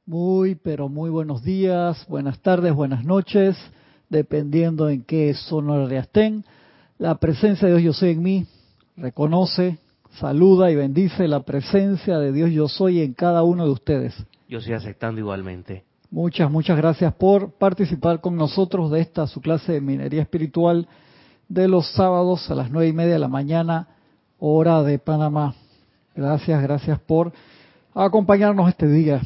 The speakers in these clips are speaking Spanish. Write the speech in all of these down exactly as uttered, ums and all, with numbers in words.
Muy, pero muy buenos días, buenas tardes, buenas noches, dependiendo en qué zona horaria estén. La presencia de Dios Yo Soy en mí reconoce, saluda y bendice la presencia de Dios Yo Soy en cada uno de ustedes. Yo estoy aceptando igualmente. Muchas, muchas gracias por participar con nosotros de esta su clase de minería espiritual de los sábados a las nueve y media de la mañana, hora de Panamá. Gracias, gracias por acompañarnos este día.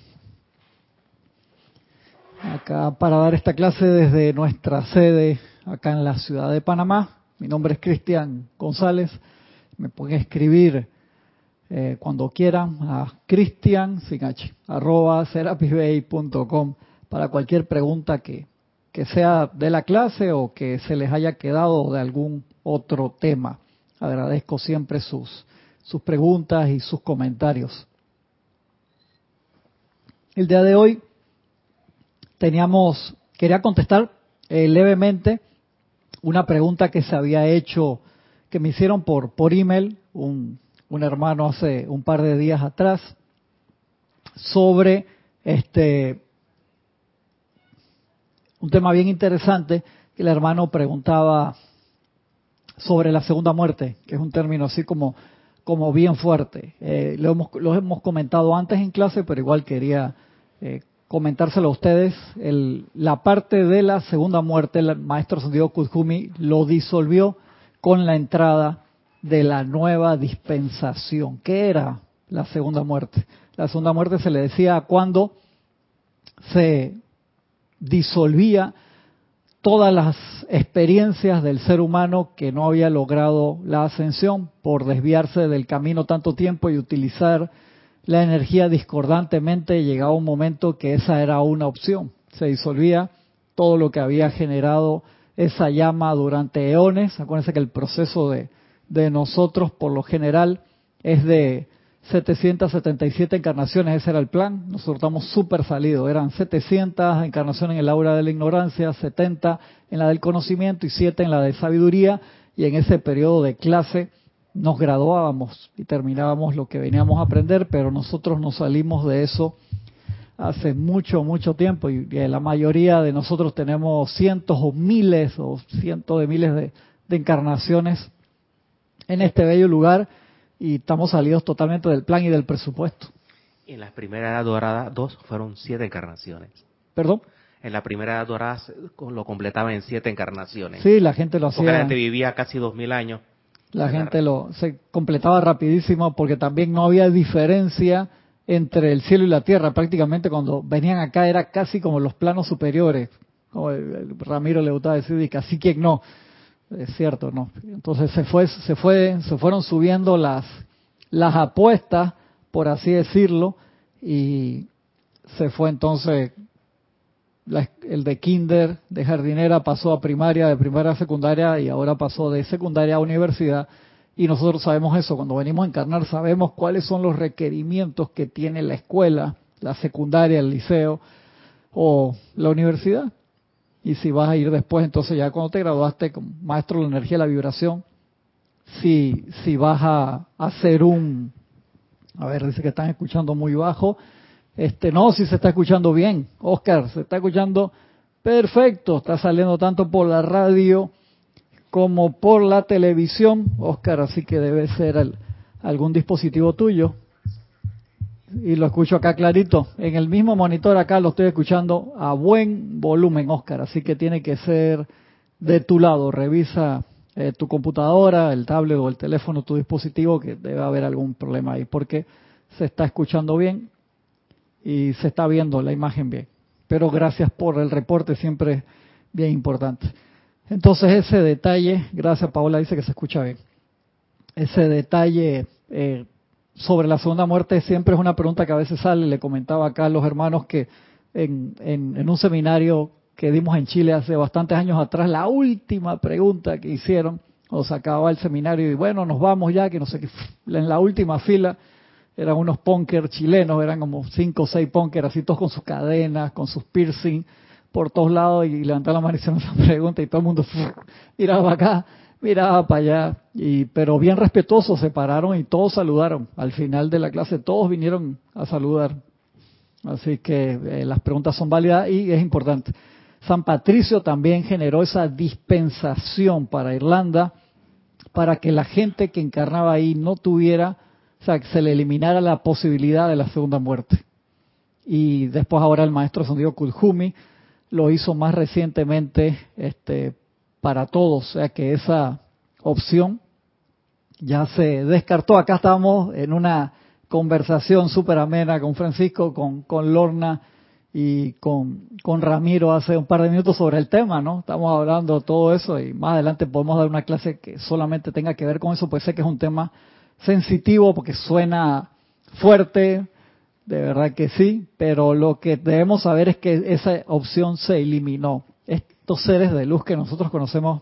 Acá para dar esta clase desde nuestra sede acá en la ciudad de Panamá. Mi nombre es Cristian González. Me pueden escribir eh, cuando quieran a Cristian sin H, arroba serapisbay punto com para cualquier pregunta que, que sea de la clase o que se les haya quedado de algún otro tema. Agradezco siempre sus, sus preguntas y sus comentarios. El día de hoy teníamos, quería contestar eh, levemente una pregunta que se había hecho, que me hicieron por, por email, un, un hermano hace un par de días atrás, sobre este un tema bien interesante, que el hermano preguntaba sobre la segunda muerte, que es un término así como, como bien fuerte. Eh, lo, hemos, lo hemos comentado antes en clase, pero igual quería eh, comentárselo a ustedes. El, la parte de la segunda muerte, el maestro Sendido Kuzumi lo disolvió con la entrada de la nueva dispensación. ¿Qué era la segunda muerte? La segunda muerte se le decía cuando se disolvía todas las experiencias del ser humano que no había logrado la ascensión por desviarse del camino tanto tiempo y utilizar la energía discordantemente. Llegaba un momento que esa era una opción. Se disolvía todo lo que había generado esa llama durante eones. Acuérdense que el proceso de, de nosotros, por lo general, es de setecientas setenta y siete encarnaciones. Ese era el plan. Nosotros estamos súper salidos. Eran setecientas encarnaciones en el aura de la ignorancia, setenta en la del conocimiento y siete en la de sabiduría. Y en ese periodo de clase nos graduábamos y terminábamos lo que veníamos a aprender, pero nosotros nos salimos de eso hace mucho, mucho tiempo, y la mayoría de nosotros tenemos cientos o miles o cientos de miles de, de encarnaciones en este bello lugar y estamos salidos totalmente del plan y del presupuesto. En la primera edad dorada, dos fueron siete encarnaciones. ¿Perdón? En la primera edad dorada lo completaba en siete encarnaciones. Sí, la gente lo hacía. Porque la gente vivía casi dos mil años. La gente lo se completaba rapidísimo porque también no había diferencia entre el cielo y la tierra. Prácticamente cuando venían acá era casi como los planos superiores. Como el, el Ramiro le gustaba decir, y casi quien no. Es cierto, no. Entonces se fue, se fue, se fueron subiendo las las apuestas, por así decirlo, y se fue entonces la, el de kinder, de jardinera pasó a primaria, de primaria a secundaria y ahora pasó de secundaria a universidad. Y nosotros sabemos eso, cuando venimos a encarnar sabemos cuáles son los requerimientos que tiene la escuela, la secundaria, el liceo o la universidad. Y si vas a ir después, entonces ya cuando te graduaste como maestro de la energía y la vibración, si, si vas a hacer un... A ver, dice que están escuchando muy bajo. Este, no, si se está escuchando bien, Oscar, se está escuchando perfecto, está saliendo tanto por la radio como por la televisión, Oscar, así que debe ser el, algún dispositivo tuyo. Y lo escucho acá clarito, en el mismo monitor acá lo estoy escuchando a buen volumen, Oscar, así que tiene que ser de tu lado. Revisa eh, tu computadora, el tablet o el teléfono, tu dispositivo, que debe haber algún problema ahí, porque se está escuchando bien y se está viendo la imagen bien. Pero gracias por el reporte, siempre bien importante. Entonces ese detalle, gracias Paola, dice que se escucha bien. Ese detalle eh, sobre la segunda muerte siempre es una pregunta que a veces sale. Le comentaba acá a los hermanos que en, en, en un seminario que dimos en Chile hace bastantes años atrás, la última pregunta que hicieron, o se acababa el seminario y bueno, nos vamos ya, que no sé qué, en la última fila eran unos punkers chilenos, eran como cinco o seis punkers, así todos con sus cadenas, con sus piercing por todos lados, y levantaron la mano y hicieron esa pregunta y todo el mundo miraba acá, miraba para allá, y pero bien respetuosos, se pararon y todos saludaron. Al final de la clase todos vinieron a saludar. Así que eh, las preguntas son válidas y es importante. San Patricio también generó esa dispensación para Irlanda para que la gente que encarnaba ahí no tuviera, o sea, que se le eliminara la posibilidad de la segunda muerte. Y después ahora el maestro Ascendido Kuthumi lo hizo más recientemente este, para todos, o sea que esa opción ya se descartó. Acá estábamos en una conversación súper amena con Francisco, con, con Lorna y con, con Ramiro hace un par de minutos sobre el tema, ¿no? Estamos hablando de todo eso y más adelante podemos dar una clase que solamente tenga que ver con eso, pues sé que es un tema sensitivo porque suena fuerte, de verdad que sí, pero lo que debemos saber es que esa opción se eliminó. Estos seres de luz que nosotros conocemos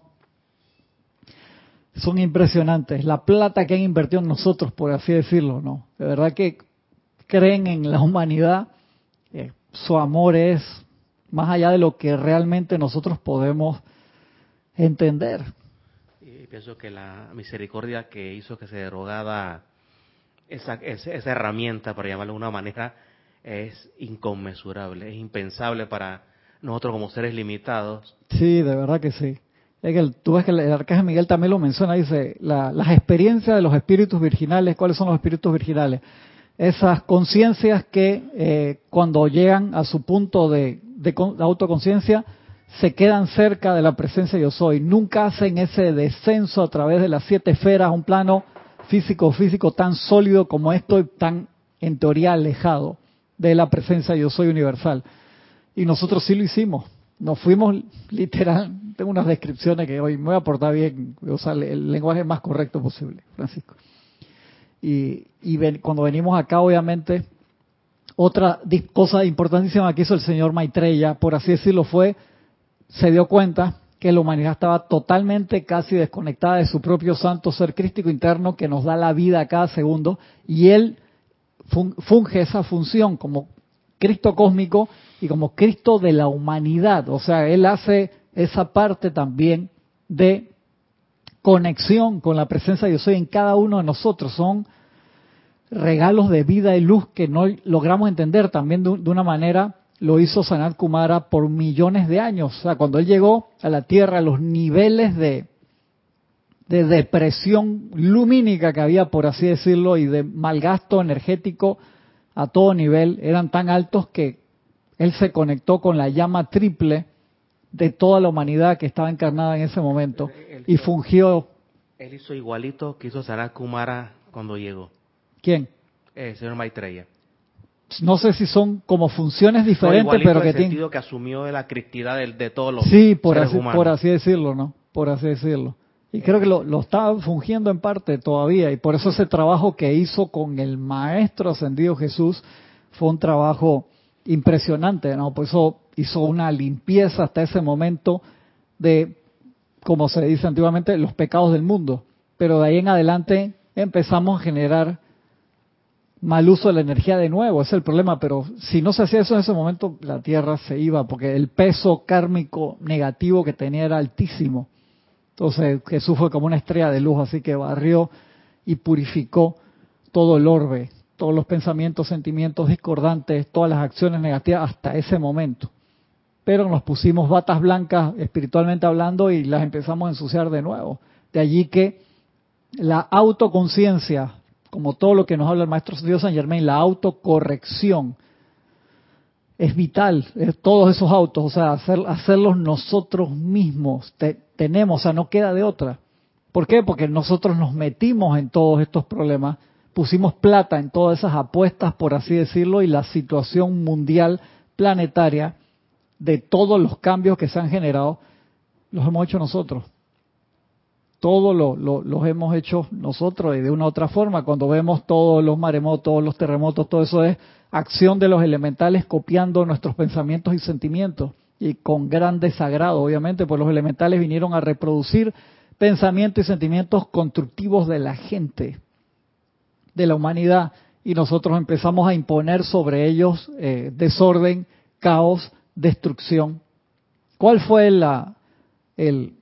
son impresionantes. La plata que han invertido en nosotros, por así decirlo, ¿no? De verdad que creen en la humanidad. Eh, su amor es más allá de lo que realmente nosotros podemos entender. Y pienso que la misericordia que hizo que se derogara esa, esa, esa herramienta, para llamarlo de una manera, es inconmensurable, es impensable para nosotros como seres limitados. Sí, de verdad que sí. Es que el, tú ves que el, el Arcángel Miguel también lo menciona, dice, la, las experiencias de los espíritus virginales. ¿Cuáles son los espíritus virginales? Esas conciencias que eh, cuando llegan a su punto de, de, de autoconciencia se quedan cerca de la presencia yo soy. Nunca hacen ese descenso a través de las siete esferas, un plano físico, físico tan sólido como esto y tan, en teoría, alejado de la presencia yo soy universal. Y nosotros sí lo hicimos. Nos fuimos literal, tengo unas descripciones que hoy me voy a portar bien, voy a usar el lenguaje más correcto posible, Francisco. Y, y ven, cuando venimos acá, obviamente, otra cosa importantísima que hizo el señor Maitreya, por así decirlo, fue, se dio cuenta que la humanidad estaba totalmente casi desconectada de su propio santo ser crístico interno que nos da la vida a cada segundo, y él funge esa función como Cristo cósmico y como Cristo de la humanidad. O sea, él hace esa parte también de conexión con la presencia de yo soy en cada uno de nosotros. Son regalos de vida y luz que no logramos entender. También de, de una manera lo hizo Sanat Kumara por millones de años. O sea, cuando él llegó a la Tierra, los niveles de, de depresión lumínica que había, por así decirlo, y de malgasto energético a todo nivel, eran tan altos que él se conectó con la llama triple de toda la humanidad que estaba encarnada en ese momento él, y fungió. Él hizo igualito que hizo Sanat Kumara cuando llegó. ¿Quién? El señor Maitreya. No sé si son como funciones diferentes, no, pero que tienen... tienen... sentido que asumió de la cristidad de, de todos los sí, por seres así, humanos. por así decirlo, ¿no? Por así decirlo. Y creo que lo, lo está fungiendo en parte todavía, y por eso ese trabajo que hizo con el Maestro Ascendido Jesús fue un trabajo impresionante, ¿no? Por eso hizo una limpieza hasta ese momento de, como se dice antiguamente, los pecados del mundo. Pero de ahí en adelante empezamos a generar mal uso de la energía de nuevo, ese es el problema. Pero si no se hacía eso en ese momento, la Tierra se iba, porque el peso kármico negativo que tenía era altísimo. Entonces Jesús fue como una estrella de luz, así que barrió y purificó todo el orbe, todos los pensamientos, sentimientos discordantes, todas las acciones negativas hasta ese momento. Pero nos pusimos batas blancas espiritualmente hablando y las empezamos a ensuciar de nuevo. De allí que la autoconciencia, como todo lo que nos habla el Maestro Dios Saint Germain, la autocorrección es vital, es todos esos autos, o sea, hacer, hacerlos nosotros mismos, te, tenemos, o sea, no queda de otra. ¿Por qué? Porque nosotros nos metimos en todos estos problemas, pusimos plata en todas esas apuestas, por así decirlo, y la situación mundial, planetaria, de todos los cambios que se han generado, los hemos hecho nosotros. Todo lo, lo, los hemos hecho nosotros y de una u otra forma. Cuando vemos todos los maremotos, los terremotos, todo eso es acción de los elementales copiando nuestros pensamientos y sentimientos. Y con gran desagrado, obviamente, pues los elementales vinieron a reproducir pensamientos y sentimientos constructivos de la gente, de la humanidad. Y nosotros empezamos a imponer sobre ellos eh, desorden, caos, destrucción. ¿Cuál fue la... el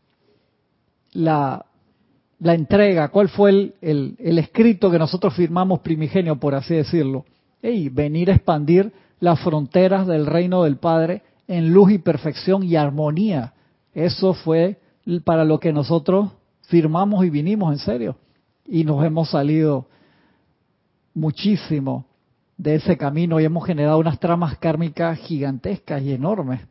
la la entrega, cuál fue el, el, el escrito que nosotros firmamos primigenio, por así decirlo? Y venir a expandir las fronteras del reino del Padre en luz y perfección y armonía. Eso fue para lo que nosotros firmamos y vinimos, en serio. Y nos hemos salido muchísimo de ese camino y hemos generado unas tramas kármicas gigantescas y enormes.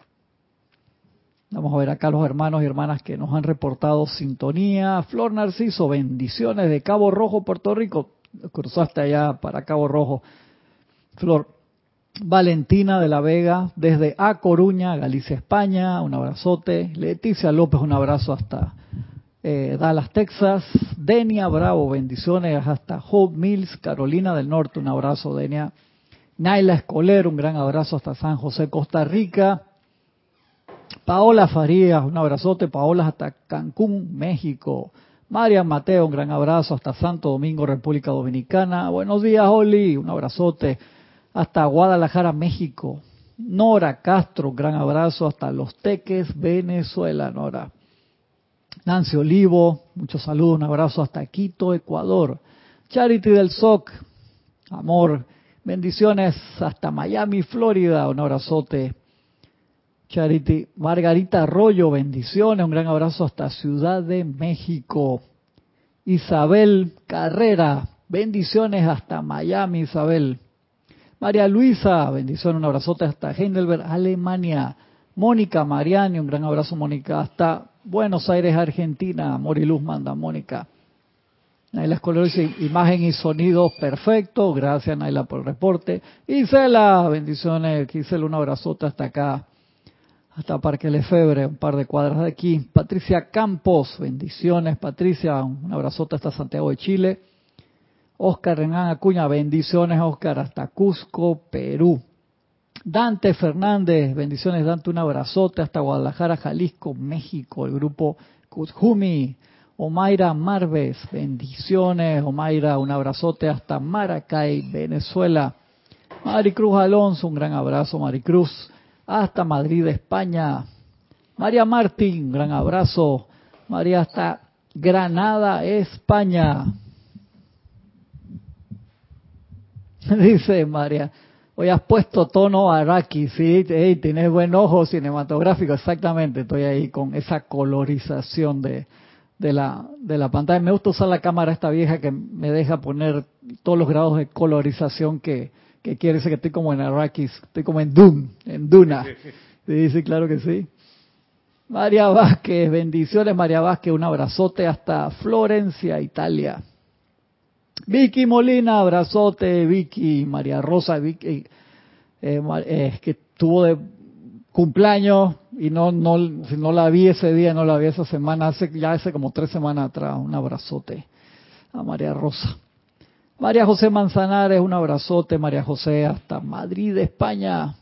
Vamos a ver acá los hermanos y hermanas que nos han reportado sintonía. Flor Narciso, bendiciones de Cabo Rojo, Puerto Rico. Cruzaste allá para Cabo Rojo. Flor. Valentina de la Vega, desde A Coruña, Galicia, España, un abrazote. Leticia López, un abrazo hasta eh, Dallas, Texas. Denia Bravo, bendiciones hasta Hope Mills, Carolina del Norte, un abrazo, Denia. Naila Escoler, un gran abrazo hasta San José, Costa Rica. Paola Farías, un abrazote. Paola hasta Cancún, México. Marian Mateo, un gran abrazo hasta Santo Domingo, República Dominicana. Buenos días, Oli, un abrazote hasta Guadalajara, México. Nora Castro, un gran abrazo hasta Los Teques, Venezuela, Nora. Nancy Olivo, muchos saludos, un abrazo hasta Quito, Ecuador. Charity del S O C, amor, bendiciones hasta Miami, Florida, un abrazote. Charity. Margarita Arroyo, bendiciones, un gran abrazo hasta Ciudad de México. Isabel Carrera, bendiciones hasta Miami, Isabel. María Luisa, bendiciones, un abrazote hasta Heidelberg, Alemania. Mónica Mariani, un gran abrazo, Mónica, hasta Buenos Aires, Argentina. Moriluz manda, Mónica. Naila Escolar dice, imagen y sonido perfecto. Gracias, Naila, por el reporte. Isela, bendiciones. Isela, un abrazote hasta acá, hasta Parque Lefebvre, un par de cuadras de aquí. Patricia Campos, bendiciones, Patricia. Un abrazote hasta Santiago de Chile. Oscar Renán Acuña, bendiciones, Oscar, hasta Cusco, Perú. Dante Fernández, bendiciones, Dante, un abrazote hasta Guadalajara, Jalisco, México, el grupo Kujumi. Omaira Marves, bendiciones, Omaira, un abrazote hasta Maracay, Venezuela. Maricruz Alonso, un gran abrazo, Maricruz, hasta Madrid, España. María Martín, un gran abrazo, María, hasta Granada, España. Dice María, hoy has puesto tono Araki, sí, hey, tienes buen ojo cinematográfico, exactamente, estoy ahí con esa colorización de, de la de la pantalla. Me gusta usar la cámara esta vieja que me deja poner todos los grados de colorización que, que quiere, decir que estoy como en Arrakis, estoy como en Doom, en Duna. Sí, sí, claro que sí. María Vázquez, bendiciones María Vázquez, un abrazote hasta Florencia, Italia. Vicky Molina, abrazote, Vicky. María Rosa, Vicky, eh, eh, que tuvo de cumpleaños y no, no, no la vi ese día, no la vi esa semana, hace ya hace como tres semanas atrás. Un abrazote a María Rosa. María José Manzanares, un abrazote, María José, hasta Madrid, España.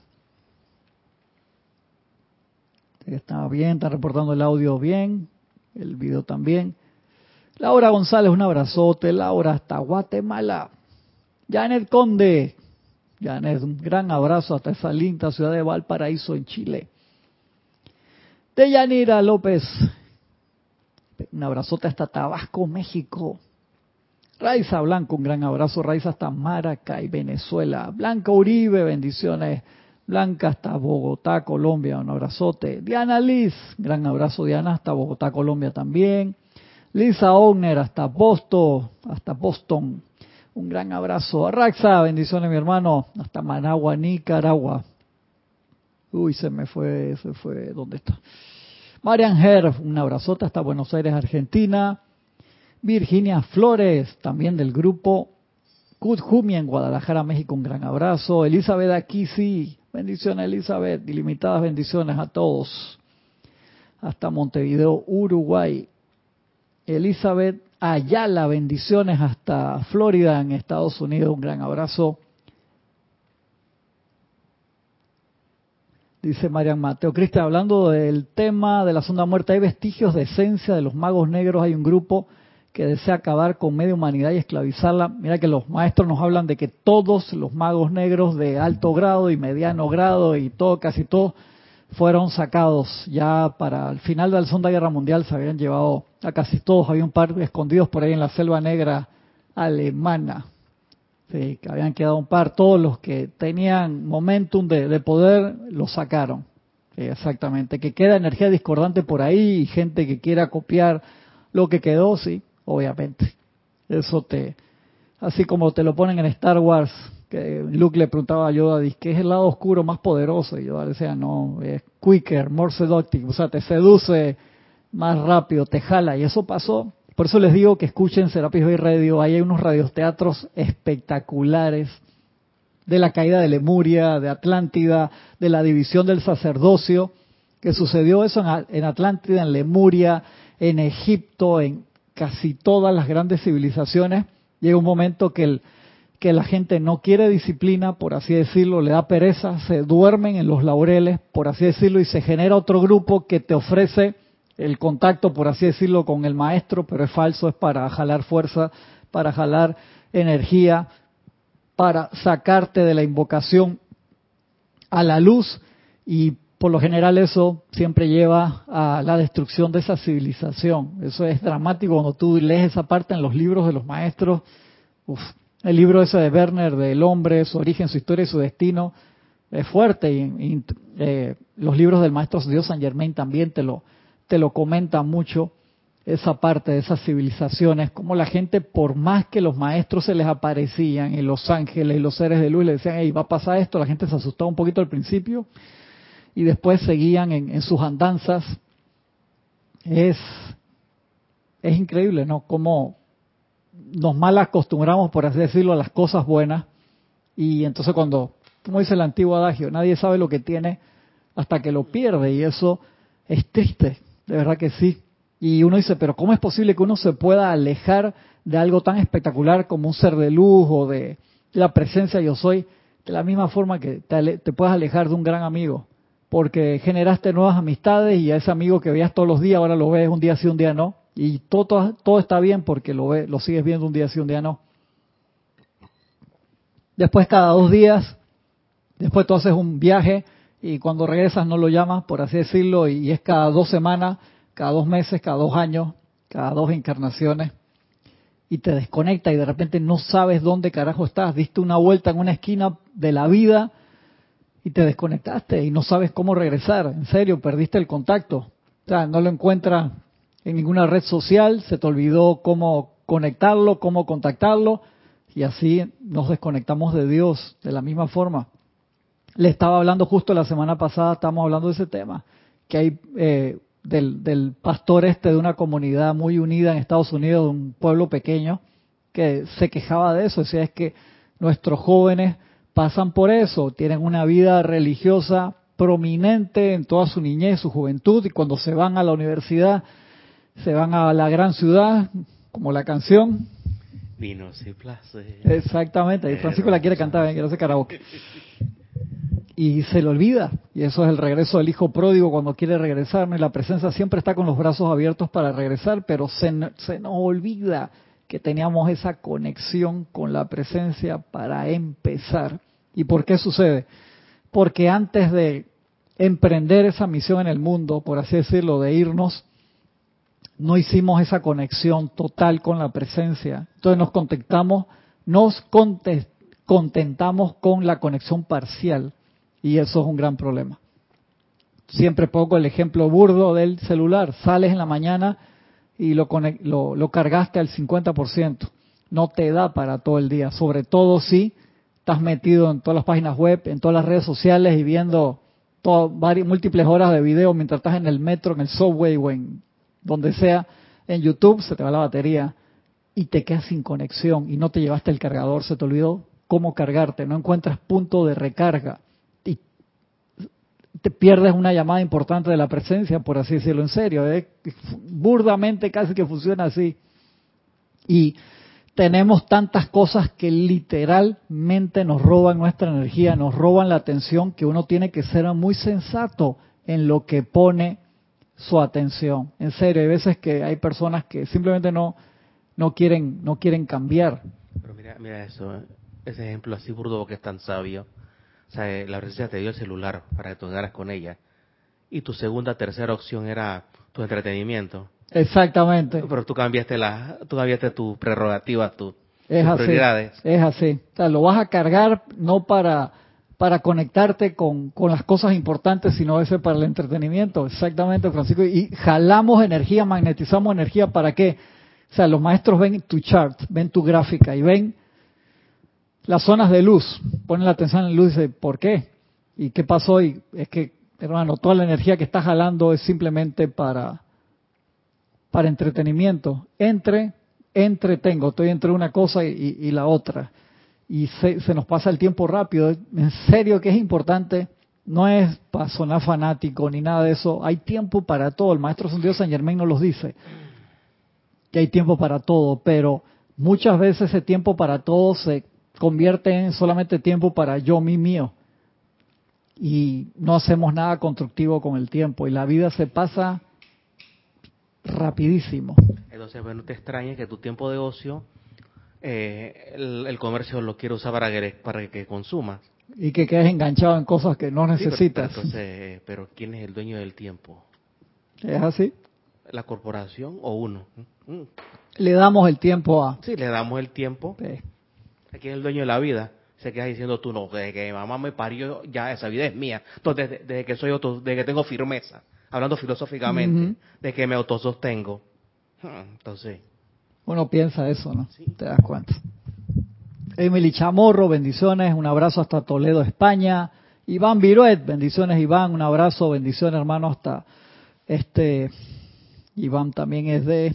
Está bien, está reportando el audio bien, el video también. Laura González, un abrazote. Laura, hasta Guatemala. Janet Conde. Janet, un gran abrazo hasta esa linda ciudad de Valparaíso, en Chile. Deyanira López, un abrazote hasta Tabasco, México. Raiza Blanco, un gran abrazo. Raiza hasta Maracay, Venezuela. Blanca Uribe, bendiciones. Blanca hasta Bogotá, Colombia, un abrazote. Diana Liz, gran abrazo, Diana, hasta Bogotá, Colombia también. Lisa Ogner, hasta Boston, hasta Boston, un gran abrazo. Raxa, bendiciones mi hermano, hasta Managua, Nicaragua. Uy, se me fue, se fue, ¿dónde está? Marian Herf, un abrazote hasta Buenos Aires, Argentina. Virginia Flores, también del grupo Kujumi en Guadalajara, México, un gran abrazo. Elizabeth Aquisi, bendiciones Elizabeth, ilimitadas bendiciones a todos. Hasta Montevideo, Uruguay. Elizabeth Ayala, bendiciones hasta Florida, en Estados Unidos, un gran abrazo. Dice Marian Mateo, Cristian, hablando del tema de la segunda muerte, hay vestigios de esencia de los magos negros, hay un grupo que desea acabar con media humanidad y esclavizarla. Mira que los maestros nos hablan de que todos los magos negros de alto grado y mediano grado y todo, casi todos, fueron sacados ya para el final de la Segunda Guerra Mundial. Se habían llevado a casi todos, había un par escondidos por ahí en la selva negra alemana. Sí, que habían quedado un par. Todos los que tenían momentum de, de poder, lo sacaron. Sí, exactamente. Que queda energía discordante por ahí y gente que quiera copiar lo que quedó, sí, obviamente. Eso te... Así como te lo ponen en Star Wars, que Luke le preguntaba a Yoda, dice, ¿qué es el lado oscuro más poderoso? Y Yoda le decía, no, es quicker, more seductive, o sea, te seduce más rápido, te jala, y eso pasó. Por eso les digo que escuchen Serapis Bay Radio, ahí hay unos radioteatros espectaculares de la caída de Lemuria, de Atlántida, de la división del sacerdocio, que sucedió eso en, en Atlántida, en Lemuria, en Egipto, en casi todas las grandes civilizaciones. Llega un momento que, el, que la gente no quiere disciplina, por así decirlo, le da pereza, se duermen en los laureles, por así decirlo, y se genera otro grupo que te ofrece el contacto, por así decirlo, con el maestro, pero es falso, es para jalar fuerza, para jalar energía, para sacarte de la invocación a la luz, y por lo general eso siempre lleva a la destrucción de esa civilización. Eso es dramático cuando tú lees esa parte en los libros de los maestros. Uf, el libro ese de Werner, del hombre, su origen, su historia y su destino, es fuerte. Y, y eh, los libros del maestro Dios Saint Germain también te lo, te lo comentan mucho, esa parte de esas civilizaciones, como la gente, por más que los maestros se les aparecían y los ángeles y los seres de luz le decían, hey, va a pasar esto, la gente se asustaba un poquito al principio y después seguían en, en sus andanzas. Es, es increíble, ¿no? Cómo nos mal acostumbramos, por así decirlo, a las cosas buenas, y entonces cuando, como dice el antiguo adagio, nadie sabe lo que tiene hasta que lo pierde, y eso es triste, de verdad que sí. Y uno dice, pero ¿cómo es posible que uno se pueda alejar de algo tan espectacular como un ser de luz o de la presencia yo soy, de la misma forma que te, ale te puedes alejar de un gran amigo? Porque generaste nuevas amistades y a ese amigo que veías todos los días, ahora lo ves un día sí, un día no. Y todo, todo, todo está bien porque lo, ve, lo sigues viendo un día sí, un día no. Después cada dos días, después tú haces un viaje y cuando regresas no lo llamas, por así decirlo, y es cada dos semanas, cada dos meses, cada dos años, cada dos encarnaciones, y te desconecta y de repente no sabes dónde carajo estás. Diste una vuelta en una esquina de la vida y te desconectaste y no sabes cómo regresar. En serio, perdiste el contacto. O sea, no lo encuentras en ninguna red social, se te olvidó cómo conectarlo, cómo contactarlo, y así nos desconectamos de Dios de la misma forma. Le estaba hablando justo la semana pasada, estábamos hablando de ese tema, que hay eh, del, del pastor este de una comunidad muy unida en Estados Unidos, de un pueblo pequeño, que se quejaba de eso. Decía, es que nuestros jóvenes pasan por eso, tienen una vida religiosa prominente en toda su niñez, su juventud, y cuando se van a la universidad, se van a la gran ciudad, como la canción. Vinos y placer. Exactamente, y Francisco la quiere cantar, ¿eh? Quiere hacer karaoke. Y se le olvida, y eso es el regreso del hijo pródigo cuando quiere regresar, ¿no? Y la presencia siempre está con los brazos abiertos para regresar, pero se, se nos olvida que teníamos esa conexión con la presencia para empezar. ¿Y por qué sucede? Porque antes de emprender esa misión en el mundo, por así decirlo, de irnos, no hicimos esa conexión total con la presencia. Entonces nos contentamos, nos contentamos con la conexión parcial, y eso es un gran problema. Siempre pongo el ejemplo burdo del celular. Sales en la mañana y lo, lo, lo cargaste al cincuenta por ciento. No te da para todo el día, sobre todo si estás metido en todas las páginas web, en todas las redes sociales y viendo todo, varias, múltiples horas de video mientras estás en el metro, en el subway o en donde sea. En YouTube se te va la batería y te quedas sin conexión y no te llevaste el cargador, se te olvidó cómo cargarte, no encuentras punto de recarga y te pierdes una llamada importante de la presencia, por así decirlo, en serio, ¿eh? Burdamente casi que funciona así. Y tenemos tantas cosas que literalmente nos roban nuestra energía, nos roban la atención, que uno tiene que ser muy sensato en lo que pone su atención. En serio, hay veces que hay personas que simplemente no no quieren no quieren cambiar. Pero mira, mira eso, ese ejemplo así burdo que es tan sabio. O sea, la presencia te dio el celular para que tú andaras con ella. Y tu segunda, tercera opción era tu entretenimiento. Exactamente. Pero tú cambiaste la, tú cambiaste tu prerrogativa, tú. Es sus así, prioridades. es así. O sea, lo vas a cargar no para, para conectarte con, con las cosas importantes, sino ese para el entretenimiento. Exactamente, Francisco. Y jalamos energía, magnetizamos energía, ¿para qué? O sea, los maestros ven tu chart, ven tu gráfica y ven las zonas de luz. Ponen la atención en la luz y dicen, ¿por qué? ¿Y qué pasó? Y es que, hermano, toda la energía que estás jalando es simplemente para, para entretenimiento. Entre, entretengo, estoy entre una cosa y, y la otra. Y se, se nos pasa el tiempo rápido. En serio que es importante, no es para sonar fanático ni nada de eso. Hay tiempo para todo. El maestro Ascendido Saint Germain nos los dice, que hay tiempo para todo, pero muchas veces ese tiempo para todo se convierte en solamente tiempo para yo, mí, mío. Y no hacemos nada constructivo con el tiempo. Y la vida se pasa rapidísimo. Entonces, bueno, no te extrañes que tu tiempo de ocio, eh, el, el comercio lo quiere usar para que, para que consumas. Y que quedes enganchado en cosas que no Sí, pero, necesitas. pero entonces, pero ¿quién es el dueño del tiempo? ¿Es así? ¿La corporación o uno? Mm. Le damos el tiempo a... Sí, le damos el tiempo. Sí. ¿Quién es el dueño de la vida? Se queda diciendo tú, no, desde que mi mamá me parió, ya esa vida es mía. Entonces, desde, desde que soy auto, desde que tengo firmeza, hablando filosóficamente, Uh-huh. de que me autosostengo. Entonces, uno piensa eso, ¿no? sí. Te das cuenta. Emily Chamorro, bendiciones, un abrazo hasta Toledo, España. Iván Viruet, bendiciones Iván, un abrazo, bendiciones hermano hasta este... Iván también es de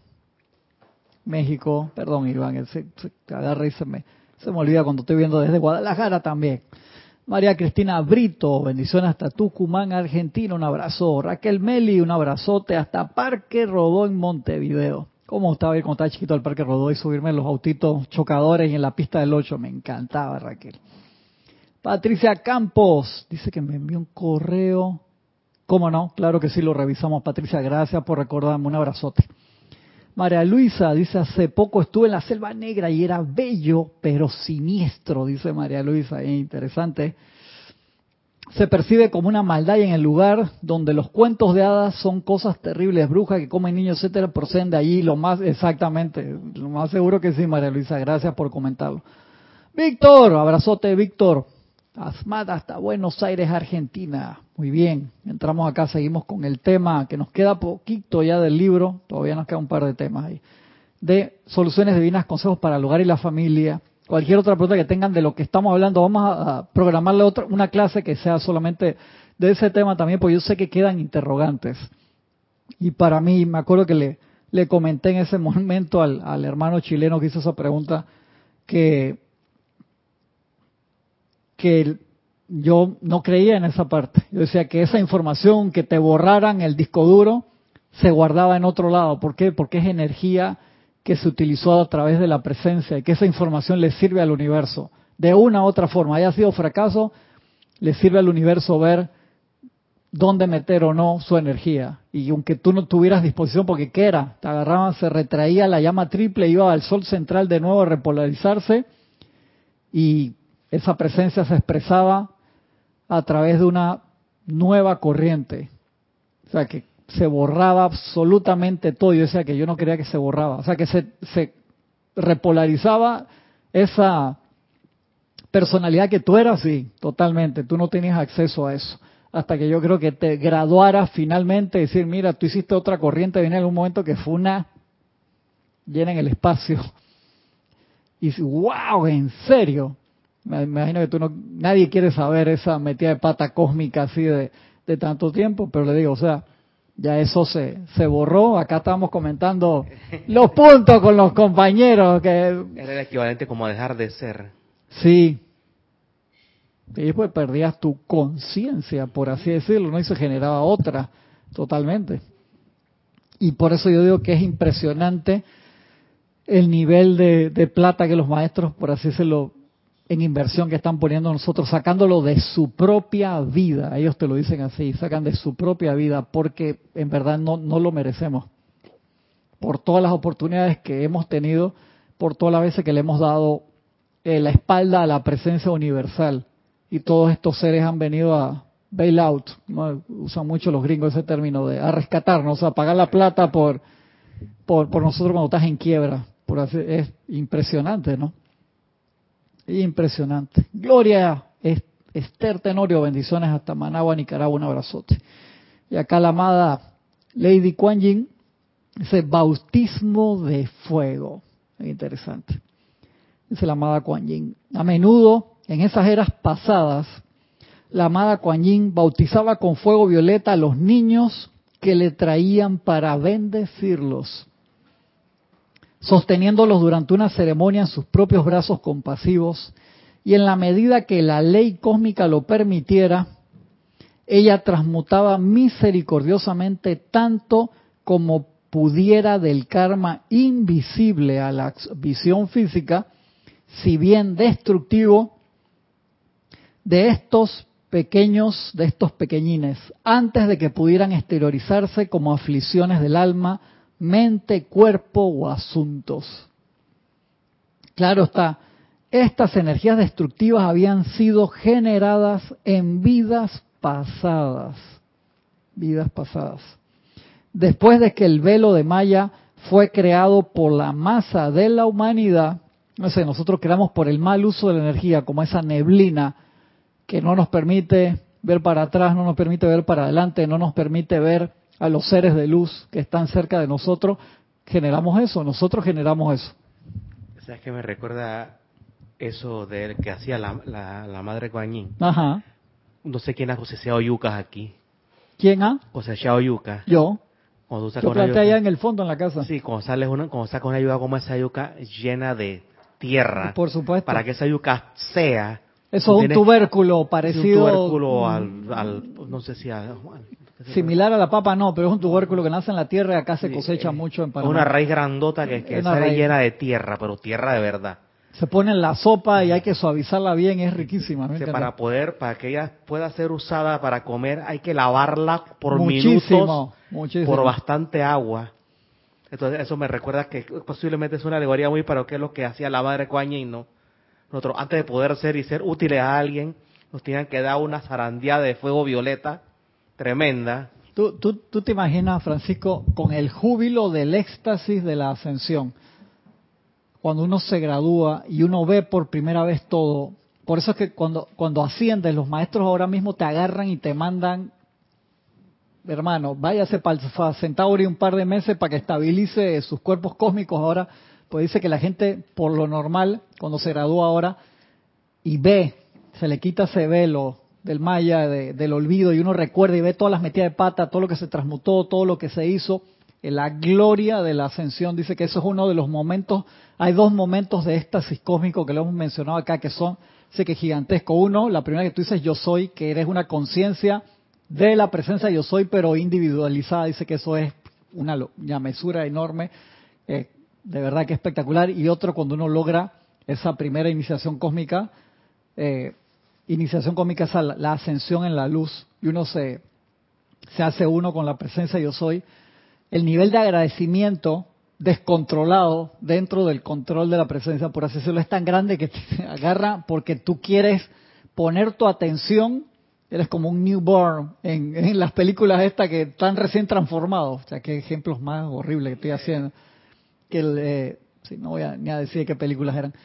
México, perdón Iván, él se, se agarra y se me, se me olvida cuando estoy viendo desde Guadalajara también. María Cristina Brito, bendiciones hasta Tucumán, Argentina, un abrazo. Raquel Meli, un abrazote hasta Parque Rodó en Montevideo. ¿Cómo estaba ir cuando estaba chiquito al Parque Rodó y subirme en los autitos chocadores y en la pista del ocho? Me encantaba, Raquel. Patricia Campos, dice que me envió un correo. ¿Cómo no? Claro que sí, lo revisamos, Patricia. Gracias por recordarme. Un abrazote. María Luisa dice, hace poco estuve en la Selva Negra y era bello, pero siniestro, dice María Luisa. Es interesante. Se percibe como una maldad en el lugar donde los cuentos de hadas son cosas terribles, brujas que comen niños, etcétera, proceden de allí. Lo más, exactamente, lo más seguro que sí, María Luisa. Gracias por comentarlo. Víctor, abrazote, Víctor. Asmad hasta Buenos Aires, Argentina. Muy bien, entramos acá, seguimos con el tema que nos queda poquito ya del libro, todavía nos queda un par de temas ahí, de soluciones divinas, consejos para el hogar y la familia. Cualquier otra pregunta que tengan de lo que estamos hablando, vamos a, a programarle otra, una clase que sea solamente de ese tema también, porque yo sé que quedan interrogantes. Y para mí, me acuerdo que le, le comenté en ese momento al, al hermano chileno que hizo esa pregunta, que que yo no creía en esa parte. Yo decía que esa información que te borraran el disco duro se guardaba en otro lado. ¿Por qué? Porque es energía que se utilizó a través de la presencia y que esa información le sirve al universo. De una u otra forma, haya sido fracaso, le sirve al universo ver dónde meter o no su energía. Y aunque tú no tuvieras disposición, porque ¿qué era? Te agarraban, se retraía la llama triple, iba al sol central de nuevo a repolarizarse y esa presencia se expresaba a través de una nueva corriente. O sea, que se borraba absolutamente todo. Yo decía que yo no creía que se borraba. O sea, que se, se repolarizaba esa personalidad que tú eras, sí, totalmente. Tú no tenías acceso a eso. Hasta que yo creo que te graduaras finalmente, decir, mira, tú hiciste otra corriente, viene en un momento que fue una llena en el espacio. Y wow, ¿en serio? Me imagino que tú no, nadie quiere saber esa metida de pata cósmica así de, de tanto tiempo, pero le digo, o sea, ya eso se, se borró. Acá estamos comentando los puntos con los compañeros. Que era el equivalente como a dejar de ser. Sí. Y después perdías tu conciencia, por así decirlo, ¿no? Y se generaba otra, totalmente. Y por eso yo digo que es impresionante el nivel de, de plata que los maestros, por así decirlo, en inversión que están poniendo nosotros, sacándolo de su propia vida. Ellos te lo dicen así, sacan de su propia vida, porque en verdad no, no lo merecemos. Por todas las oportunidades que hemos tenido, por todas las veces que le hemos dado eh, la espalda a la presencia universal. Y todos estos seres han venido a bail out, ¿no? Usan mucho los gringos ese término de a rescatarnos, a pagar la plata por, por, por nosotros cuando estás en quiebra. por así, es impresionante, ¿no? Impresionante. Gloria, Esther Tenorio, bendiciones hasta Managua, Nicaragua, un abrazote. Y acá la amada Lady Kuan Yin dice bautismo de fuego. Es interesante. Dice la amada Kuan Yin. A menudo, en esas eras pasadas, la amada Kuan Yin bautizaba con fuego violeta a los niños que le traían para bendecirlos, sosteniéndolos durante una ceremonia en sus propios brazos compasivos, y en la medida que la ley cósmica lo permitiera, ella transmutaba misericordiosamente tanto como pudiera del karma invisible a la visión física, si bien destructivo, de estos pequeños, de estos pequeñines, antes de que pudieran exteriorizarse como aflicciones del alma, mente, cuerpo o asuntos. Claro está, estas energías destructivas habían sido generadas en vidas pasadas, vidas pasadas. Después de que el velo de Maya fue creado por la masa de la humanidad, no sé, nosotros creamos por el mal uso de la energía, como esa neblina que no nos permite ver para atrás, no nos permite ver para adelante, no nos permite ver a los seres de luz que están cerca de nosotros, generamos eso, nosotros generamos eso. ¿Sabes qué me recuerda eso de que hacía la, la, la madre Kuan Yin? Ajá. No sé quién ha cosechado yucas aquí. ¿Quién ha? Cosechado yucas. Yo. Cuando tú sacas Yo una planté yuca, allá en el fondo en la casa. sí, cuando sales una, cuando sacas una yuca como esa yuca llena de tierra, Por supuesto. para que esa yuca sea, eso es un tienes, tubérculo es parecido, un tubérculo al, al, no sé si a, similar a la papa, no, pero es un tubérculo que nace en la tierra y acá se sí, cosecha eh, mucho en es Panamá. una raíz grandota que, que Es una sale raíz. llena de tierra, pero tierra de verdad. Se pone en la sopa y hay que suavizarla bien, es riquísima. ¿Me O sea, entiendes? para poder, para que ella pueda ser usada para comer, hay que lavarla por Muchísimo, minutos, muchísimo. por bastante agua. Entonces eso me recuerda que posiblemente es una alegoría muy para qué es lo que hacía la madre Kuan Yin, ¿no? Nosotros antes de poder ser y ser útiles a alguien, nos tenían que dar una zarandeada de fuego violeta tremenda. ¿Tú, tú, tú te imaginas, Francisco, con el júbilo del éxtasis de la ascensión, cuando uno se gradúa y uno ve por primera vez todo? Por eso es que cuando, cuando asciendes, los maestros ahora mismo te agarran y te mandan, hermano, váyase para el Centauri un par de meses para que estabilice sus cuerpos cósmicos ahora. Pues dice que la gente, por lo normal, cuando se gradúa ahora y ve, se le quita ese velo del maya, de, del olvido, y uno recuerda y ve todas las metidas de pata, todo lo que se transmutó, todo lo que se hizo, en la gloria de la ascensión. Dice que eso es uno de los momentos. Hay dos momentos de éxtasis cósmico que lo hemos mencionado acá, que son, sé que gigantesco. Uno, la primera que tú dices, yo soy, que eres una conciencia de la presencia yo soy, pero individualizada. Dice que eso es una, una mesura enorme, eh, de verdad que espectacular. Y otro, cuando uno logra esa primera iniciación cósmica, eh, iniciación cósmica es la, la ascensión en la luz, y uno se, se hace uno con la presencia yo soy. El nivel de agradecimiento descontrolado dentro del control de la presencia, por así decirlo, es tan grande que te agarra porque tú quieres poner tu atención. Eres como un newborn en, en las películas estas que están recién transformados. O sea, qué ejemplos más horribles que estoy haciendo. Que el, eh, sí, no voy a, ni a decir qué películas eran.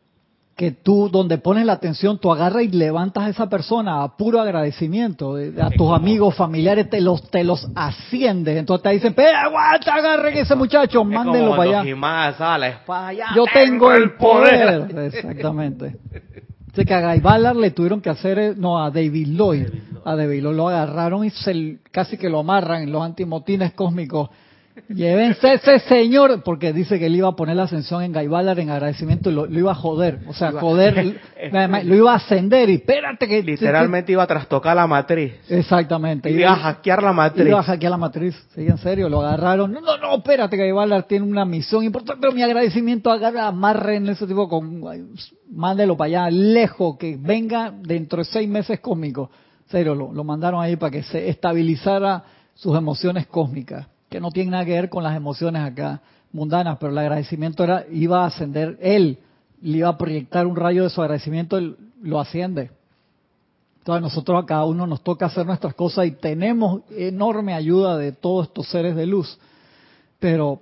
Que tú, donde pones la atención, tú agarras y levantas a esa persona a puro agradecimiento. A tus amigos, familiares, te los te los asciendes. Entonces te dicen, pero aguanta, agarren ese muchacho, mándenlo para allá. La espada, ya yo tengo el poder. poder. Exactamente. Sé que a Guy Ballard le tuvieron que hacer, no, a David Lloyd. David Lloyd. A David Lloyd lo agarraron y se, casi que lo amarran en los antimotines cósmicos. Llévense ese señor, porque dice que él iba a poner la ascensión en Guy Ballard en agradecimiento y lo, lo iba a joder. O sea, joder, lo iba a ascender y espérate que... Literalmente que, iba a trastocar la matriz. Exactamente. Iba, iba a hackear la matriz. Iba a hackear la matriz, sí, en serio, lo agarraron. No, no, no, espérate que Guy Ballard tiene una misión importante, pero mi agradecimiento, agarra, amarren ese tipo con... Mándelo para allá, lejos, que venga dentro de seis meses cósmicos. En serio, lo, lo mandaron ahí para que se estabilizara sus emociones cósmicas, que no tienen nada que ver con las emociones acá mundanas, pero el agradecimiento era, iba a ascender, él le iba a proyectar un rayo de su agradecimiento, él lo asciende. Entonces nosotros a cada uno nos toca hacer nuestras cosas y tenemos enorme ayuda de todos estos seres de luz, pero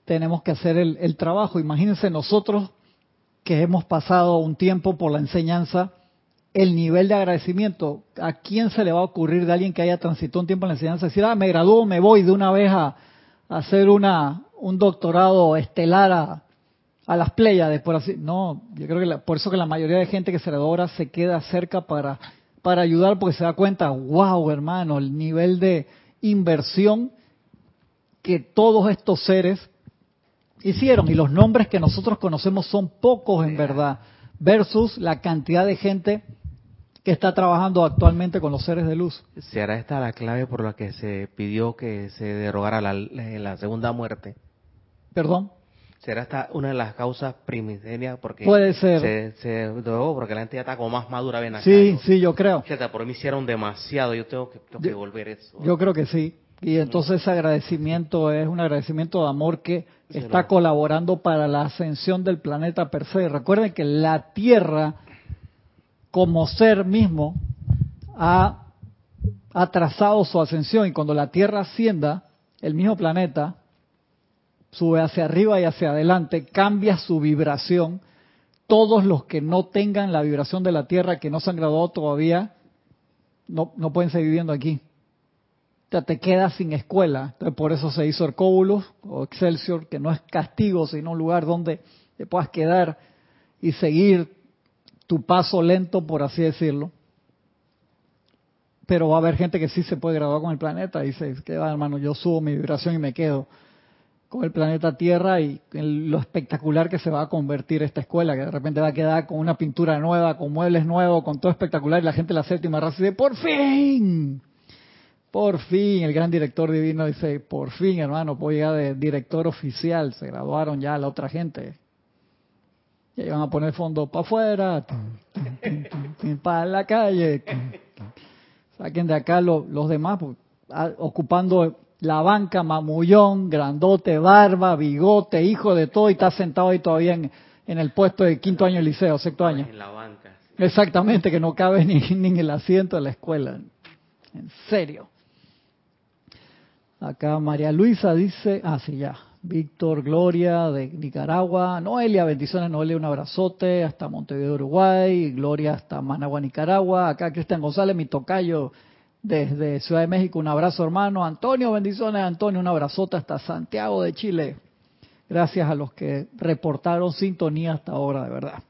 tenemos que hacer el, el trabajo. Imagínense nosotros que hemos pasado un tiempo por la enseñanza, el nivel de agradecimiento. ¿A quién se le va a ocurrir de alguien que haya transitado un tiempo en la enseñanza decir, ah, me gradúo, me voy de una vez a, a hacer una un doctorado estelar a, a las Pléyades, por así? No, yo creo que la, por eso que la mayoría de gente que se gradúa ahora se queda cerca para, para ayudar, porque se da cuenta, wow, hermano, el nivel de inversión que todos estos seres hicieron, y los nombres que nosotros conocemos son pocos en verdad, versus la cantidad de gente que está trabajando actualmente con los seres de luz. ¿Será esta la clave por la que se pidió que se derogara la, la segunda muerte? ¿Perdón? ¿Será esta una de las causas primigenias? Porque puede ser. Se, se derogó porque la gente ya está como más madura, ven acá. Sí, yo, sí, yo creo. Fíjate, por mí hicieron demasiado, yo tengo que, tengo que yo, volver eso. Yo creo que sí. Y entonces ese agradecimiento es un agradecimiento de amor que Sí, está no. colaborando para la ascensión del planeta per se. Recuerden que la Tierra, como ser mismo, ha atrasado su ascensión, y cuando la Tierra ascienda, el mismo planeta sube hacia arriba y hacia adelante, cambia su vibración. Todos los que no tengan la vibración de la Tierra, que no se han graduado todavía, no, no pueden seguir viviendo aquí. O sea, te quedas sin escuela. Entonces, por eso se hizo Hercóbulos o Excelsior, que no es castigo, sino un lugar donde te puedas quedar y seguir tu paso lento, por así decirlo. Pero va a haber gente que sí se puede graduar con el planeta y dice, que va, hermano, yo subo mi vibración y me quedo con el planeta Tierra, y el, lo espectacular que se va a convertir esta escuela, que de repente va a quedar con una pintura nueva, con muebles nuevos, con todo espectacular, y la gente de la séptima raza dice, ¡por fin! Por fin, el gran director divino dice, por fin, hermano, puedo llegar de director oficial, se graduaron ya la otra gente. Y ahí van a poner fondo para afuera, para la calle. Saquen de acá lo, los demás, pues, a, ocupando la banca, mamullón, grandote, barba, bigote, hijo de todo, y está sentado ahí todavía en, en el puesto de quinto año de liceo, sexto año. En la banca. Sí. Exactamente, que no cabe ni, ni en el asiento de la escuela. En serio. Acá María Luisa dice, ah, sí, ya. Víctor, Gloria de Nicaragua. Noelia, bendiciones, Noelia, un abrazote hasta Montevideo, Uruguay. Gloria hasta Managua, Nicaragua. Acá Cristian González, mi tocayo desde Ciudad de México, un abrazo, hermano. Antonio, bendiciones, Antonio, un abrazote hasta Santiago de Chile. Gracias a los que reportaron sintonía hasta ahora, de verdad.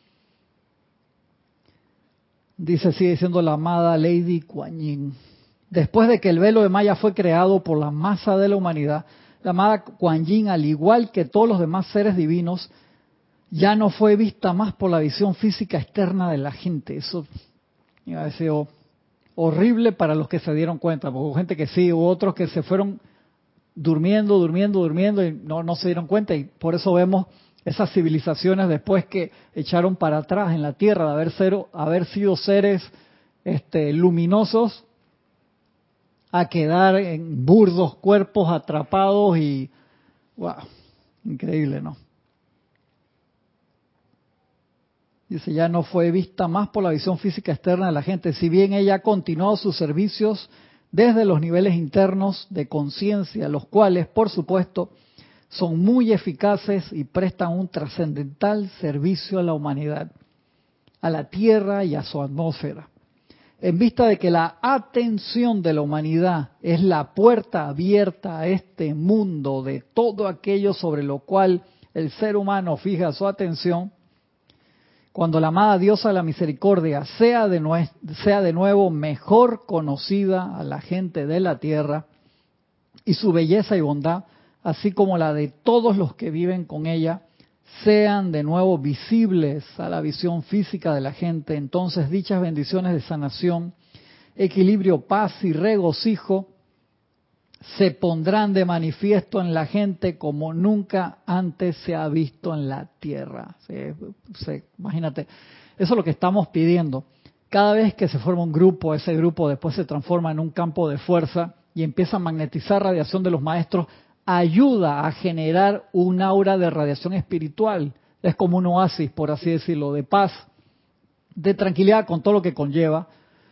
Dice, sigue diciendo la amada Lady Kuan Yin. Después de que el velo de Maya fue creado por la masa de la humanidad, la amada Kuan Yin, al igual que todos los demás seres divinos, ya no fue vista más por la visión física externa de la gente. Eso iba a decir horrible para los que se dieron cuenta, porque hubo gente que sí, hubo otros que se fueron durmiendo, durmiendo, durmiendo y no, no se dieron cuenta, y por eso vemos esas civilizaciones después que echaron para atrás en la Tierra de haber, cero, haber sido seres este, luminosos, a quedar en burdos cuerpos atrapados y wow, increíble, ¿no? Dice, ya no fue vista más por la visión física externa de la gente, si bien ella ha continuado sus servicios desde los niveles internos de conciencia, los cuales, por supuesto, son muy eficaces y prestan un trascendental servicio a la humanidad, a la Tierra y a su atmósfera. En vista de que la atención de la humanidad es la puerta abierta a este mundo de todo aquello sobre lo cual el ser humano fija su atención, cuando la amada diosa de la misericordia sea de, nue sea de nuevo mejor conocida a la gente de la tierra, y su belleza y bondad, así como la de todos los que viven con ella, sean de nuevo visibles a la visión física de la gente, entonces dichas bendiciones de sanación, equilibrio, paz y regocijo se pondrán de manifiesto en la gente como nunca antes se ha visto en la tierra. Se, se, imagínate, eso es lo que estamos pidiendo. Cada vez que se forma un grupo, ese grupo después se transforma en un campo de fuerza y empieza a magnetizar radiación de los maestros, ayuda a generar un aura de radiación espiritual. Es como un oasis, por así decirlo, de paz, de tranquilidad con todo lo que conlleva,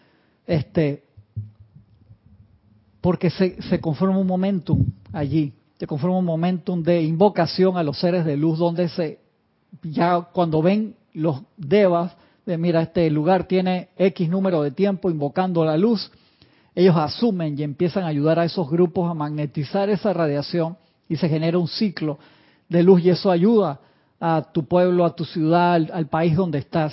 este, porque se, se conforma un momentum allí. te conforma un momentum de invocación a los seres de luz, donde se ya cuando ven los devas, de mira, este lugar tiene X número de tiempo invocando la luz, ellos asumen y empiezan a ayudar a esos grupos a magnetizar esa radiación y se genera un ciclo de luz y eso ayuda a tu pueblo, a tu ciudad, al, al país donde estás,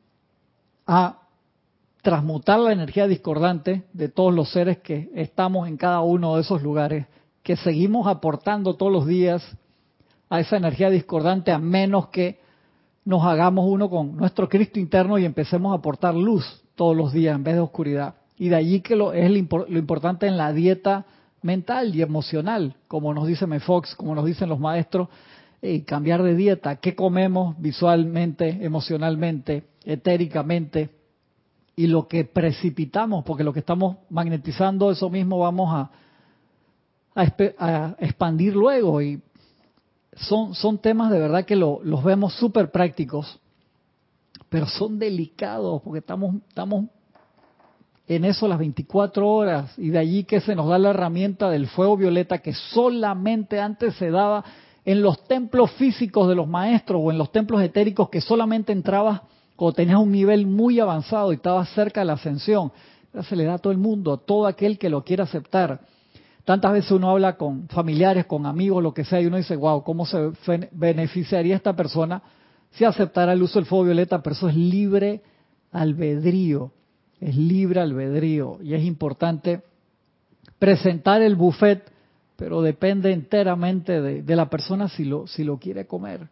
a transmutar la energía discordante de todos los seres que estamos en cada uno de esos lugares, que seguimos aportando todos los días a esa energía discordante, a menos que nos hagamos uno con nuestro Cristo interno y empecemos a aportar luz todos los días en vez de oscuridad. Y de allí que lo, es lo, lo importante en la dieta mental y emocional, como nos dice Mefox, como nos dicen los maestros, eh, cambiar de dieta, qué comemos visualmente, emocionalmente, etéricamente, y lo que precipitamos, porque lo que estamos magnetizando, eso mismo vamos a, a, a expandir luego. Y son, son temas de verdad que lo, los vemos súper prácticos, pero son delicados, porque estamos, estamos en eso las veinticuatro horas, y de allí que se nos da la herramienta del fuego violeta, que solamente antes se daba en los templos físicos de los maestros o en los templos etéricos, que solamente entrabas cuando tenías un nivel muy avanzado y estabas cerca de la ascensión. Ahora se le da a todo el mundo, a todo aquel que lo quiera aceptar. Tantas veces uno habla con familiares, con amigos, lo que sea, y uno dice, wow, ¿cómo se beneficiaría esta persona si aceptara el uso del fuego violeta? Pero eso es libre albedrío, es libre albedrío, y es importante presentar el buffet, pero depende enteramente de, de la persona si lo, si lo quiere comer.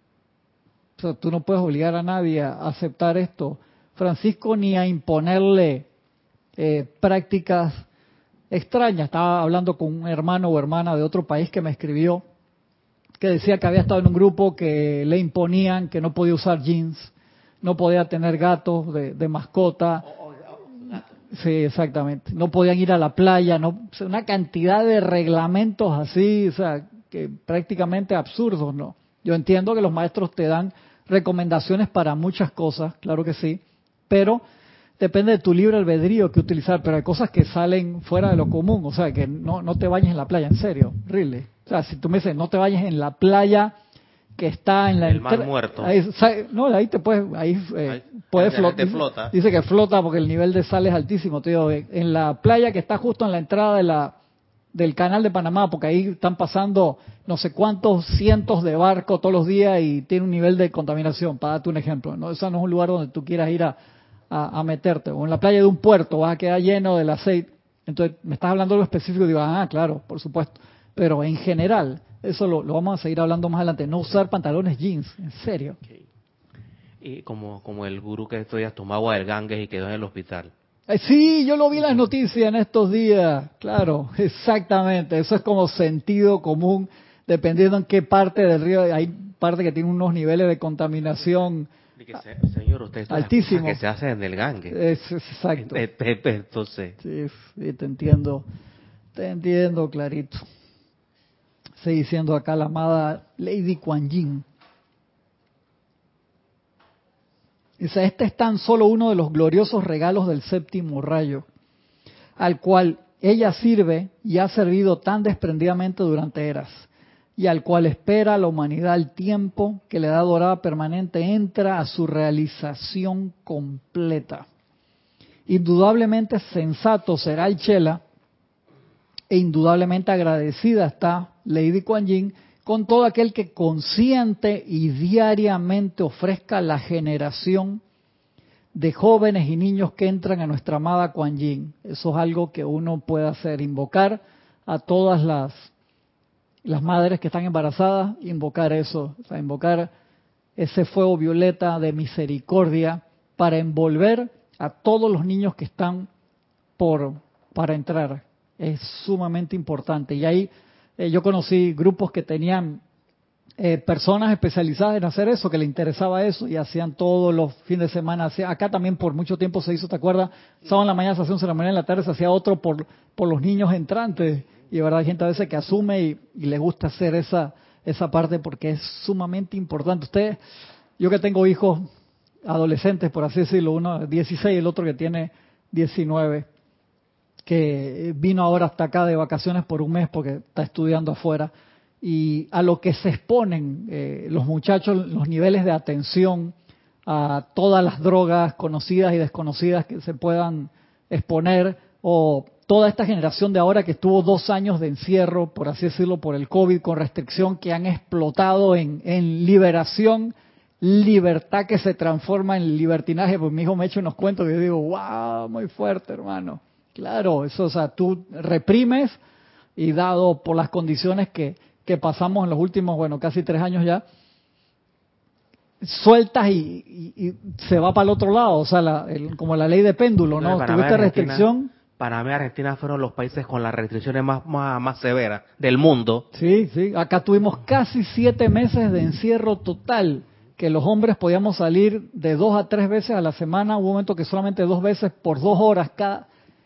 O sea, tú no puedes obligar a nadie a aceptar esto, Francisco, ni a imponerle eh, prácticas extrañas. Estaba hablando con un hermano o hermana de otro país que me escribió, que decía que había estado en un grupo que le imponían que no podía usar jeans, no podía tener gatos de, de mascota. Sí, exactamente. No podían ir a la playa, no, o sea, una cantidad de reglamentos así, o sea, que prácticamente absurdos, ¿no? Yo entiendo que los maestros te dan recomendaciones para muchas cosas, claro que sí, pero depende de tu libre albedrío que utilizar, pero hay cosas que salen fuera de lo común, o sea, que no, no te bañes en la playa, en serio, really. O sea, si tú me dices, no te bañes en la playa que está en la el mar muerto, ahí, no, ahí te puedes, ahí, eh, ahí puedes flotar, flota. Dice que flota porque el nivel de sal es altísimo, te digo, en la playa que está justo en la entrada de la del canal de Panamá, porque ahí están pasando no sé cuántos cientos de barcos todos los días y tiene un nivel de contaminación, para darte un ejemplo, ¿no? Eso no es un lugar donde tú quieras ir a, a, a meterte, o en la playa de un puerto vas a quedar lleno del aceite. Entonces me estás hablando de algo específico y digo, ah, claro, por supuesto, pero en general, eso lo, lo vamos a seguir hablando más adelante, no usar pantalones jeans, en serio. Okay. Y como, como el gurú que estos días tomó agua del Ganges y quedó en el hospital. Sí, yo lo vi en las noticias en estos días, claro, exactamente, eso es como sentido común, dependiendo en qué parte del río, hay parte que tiene unos niveles de contaminación que se, señor, usted altísimos que se hacen en el Ganges. Es, es exacto. Entonces. Sí, sí, te entiendo, te entiendo clarito. Sigue diciendo acá la amada Lady Kuan Yin. Dice, este es tan solo uno de los gloriosos regalos del séptimo rayo, al cual ella sirve y ha servido tan desprendidamente durante eras, y al cual espera la humanidad el tiempo que le da dorada permanente entra a su realización completa. Indudablemente sensato será el Chela, e indudablemente agradecida está Lady Kuan Yin con todo aquel que consciente y diariamente ofrezca la generación de jóvenes y niños que entran a nuestra amada Kuan Yin. Eso es algo que uno puede hacer, invocar a todas las, las madres que están embarazadas, invocar eso, o sea, invocar ese fuego violeta de misericordia para envolver a todos los niños que están por para entrar. Es sumamente importante. Y ahí eh, yo conocí grupos que tenían eh, personas especializadas en hacer eso, que les interesaba eso, y hacían todos los fines de semana. Hacía, acá también por mucho tiempo se hizo, ¿te acuerdas? Sábado en la mañana se hacía un ceremonia, en la tarde se hacía otro por, por los niños entrantes. Y de verdad hay gente a veces que asume y, y le gusta hacer esa, esa parte porque es sumamente importante. Usted, yo que tengo hijos adolescentes, por así decirlo, uno de dieciséis y el otro que tiene diecinueve, que vino ahora hasta acá de vacaciones por un mes porque está estudiando afuera, y a lo que se exponen eh, los muchachos, los niveles de atención a todas las drogas conocidas y desconocidas que se puedan exponer, o toda esta generación de ahora que estuvo dos años de encierro, por así decirlo, por el COVID, con restricción, que han explotado en, en liberación, libertad que se transforma en libertinaje. Pues mi hijo me echa unos cuentos que yo digo, wow, muy fuerte, hermano. Claro, eso, o sea, tú reprimes y dado por las condiciones que, que pasamos en los últimos, bueno, casi tres años ya, sueltas y, y, y se va para el otro lado, o sea, la, el, como la ley de péndulo, ¿no? Para Tuviste restricción. Panamá y Argentina fueron los países con las restricciones más, más, más severas del mundo. Sí, sí, acá tuvimos casi siete meses de encierro total, que los hombres podíamos salir de dos a tres veces a la semana, hubo un momento que solamente dos veces por dos horas cada.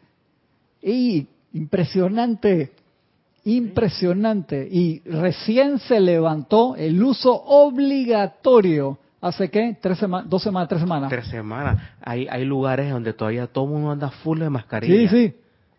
Y impresionante, impresionante. Y recién se levantó el uso obligatorio. ¿Hace qué? Tres semanas, dos semanas, tres semanas. Tres semanas. Hay, hay lugares donde todavía todo el mundo anda full de mascarilla. Sí, sí.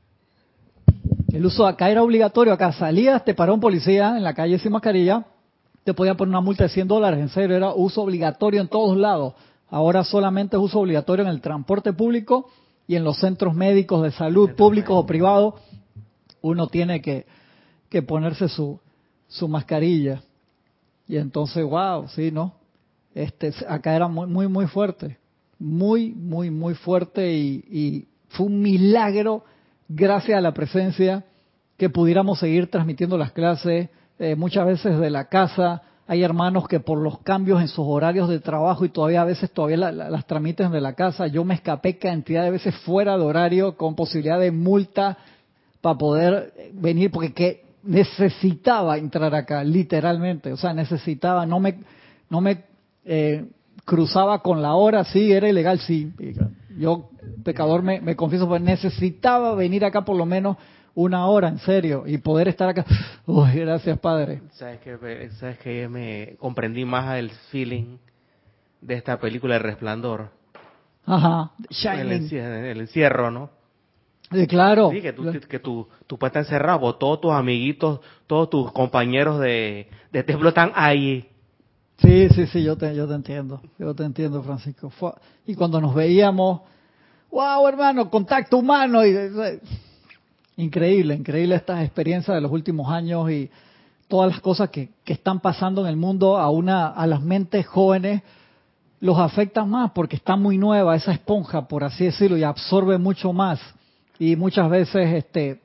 El uso acá era obligatorio. Acá salías, te paró un policía en la calle sin mascarilla, te podía poner una multa de cien dólares. En serio, era uso obligatorio en todos lados. Ahora solamente es uso obligatorio en el transporte público y en los centros médicos de salud, públicos o privados. Uno tiene que, que ponerse su, su mascarilla. Y entonces, wow, sí, ¿no? Este, acá era muy, muy, muy fuerte. Muy, muy, muy fuerte y, y fue un milagro, gracias a la presencia, que pudiéramos seguir transmitiendo las clases, eh, muchas veces de la casa. Hay hermanos que por los cambios en sus horarios de trabajo y todavía a veces todavía la, la, las tramiten de la casa. Yo me escapé cantidad de veces fuera de horario con posibilidad de multa para poder venir, porque que necesitaba entrar acá, literalmente. O sea, necesitaba, no me, no me eh, cruzaba con la hora, sí, era ilegal, sí. Yo, pecador, me, me confieso, pues necesitaba venir acá por lo menos una hora, en serio, y poder estar acá. Uy, gracias, Padre. Sabes que, sabes que me comprendí más el feeling de esta película El Resplandor. Ajá, el, encierro, el encierro, ¿no? Sí, claro. Sí, que tú, que tú, tú puedes estar encerrado, pues todos tus amiguitos, todos tus compañeros de, de templo están ahí. Sí, sí, sí, yo te, yo te entiendo, yo te entiendo, Francisco. Fue, y cuando nos veíamos, wow, hermano, contacto humano. Y, increíble, increíble estas experiencias de los últimos años y todas las cosas que, que están pasando en el mundo a una a las mentes jóvenes los afectan más porque está muy nueva esa esponja, por así decirlo, y absorbe mucho más. Y muchas veces este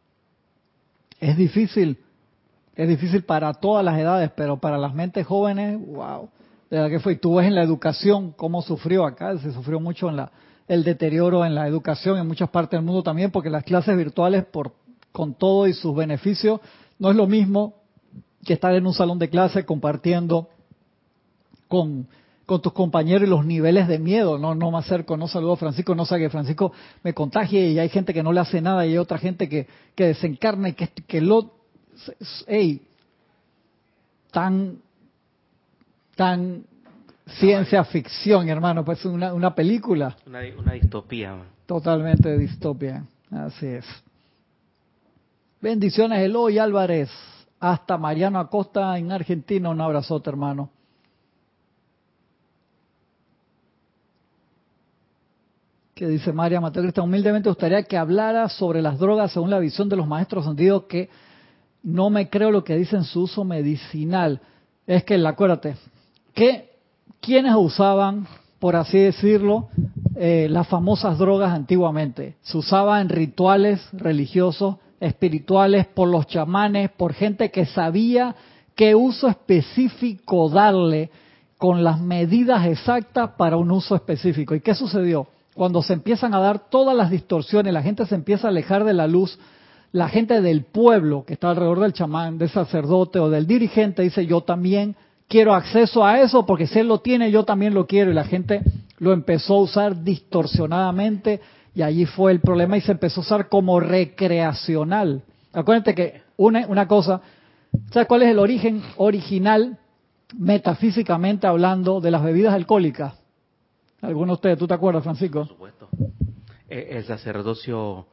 es difícil, es difícil para todas las edades, pero para las mentes jóvenes, wow, de verdad que fue. Y tú ves en la educación cómo sufrió acá, se sufrió mucho en la el deterioro en la educación en muchas partes del mundo también, porque las clases virtuales, por con todo y sus beneficios, no es lo mismo que estar en un salón de clase compartiendo con, con tus compañeros y los niveles de miedo. No, no me acerco, no saludo a Francisco, no sé que Francisco me contagie y hay gente que no le hace nada y hay otra gente que, que desencarna y que, que lo... Ey, tan, tan ciencia ficción, hermano, pues una, una película. Una, una distopía. Man. Totalmente de distopia, así es. Bendiciones, Eloy Álvarez. Hasta Mariano Acosta en Argentina, un abrazote, hermano. Que dice María Mateo Cristian, humildemente gustaría que hablara sobre las drogas según la visión de los maestros sentidos, que no me creo lo que dicen su uso medicinal. Es que, acuérdate, que quienes usaban, por así decirlo, eh, las famosas drogas antiguamente, se usaba en rituales religiosos, espirituales, por los chamanes, por gente que sabía qué uso específico darle con las medidas exactas para un uso específico. ¿Y qué sucedió? Cuando se empiezan a dar todas las distorsiones, la gente se empieza a alejar de la luz, la gente del pueblo que está alrededor del chamán, del sacerdote o del dirigente dice, yo también quiero acceso a eso porque si él lo tiene, yo también lo quiero. Y la gente lo empezó a usar distorsionadamente y allí fue el problema y se empezó a usar como recreacional. Acuérdate que una, una cosa, ¿sabes cuál es el origen original, metafísicamente hablando, de las bebidas alcohólicas? ¿Alguno de ustedes, tú te acuerdas, Francisco? Por supuesto. El sacerdocio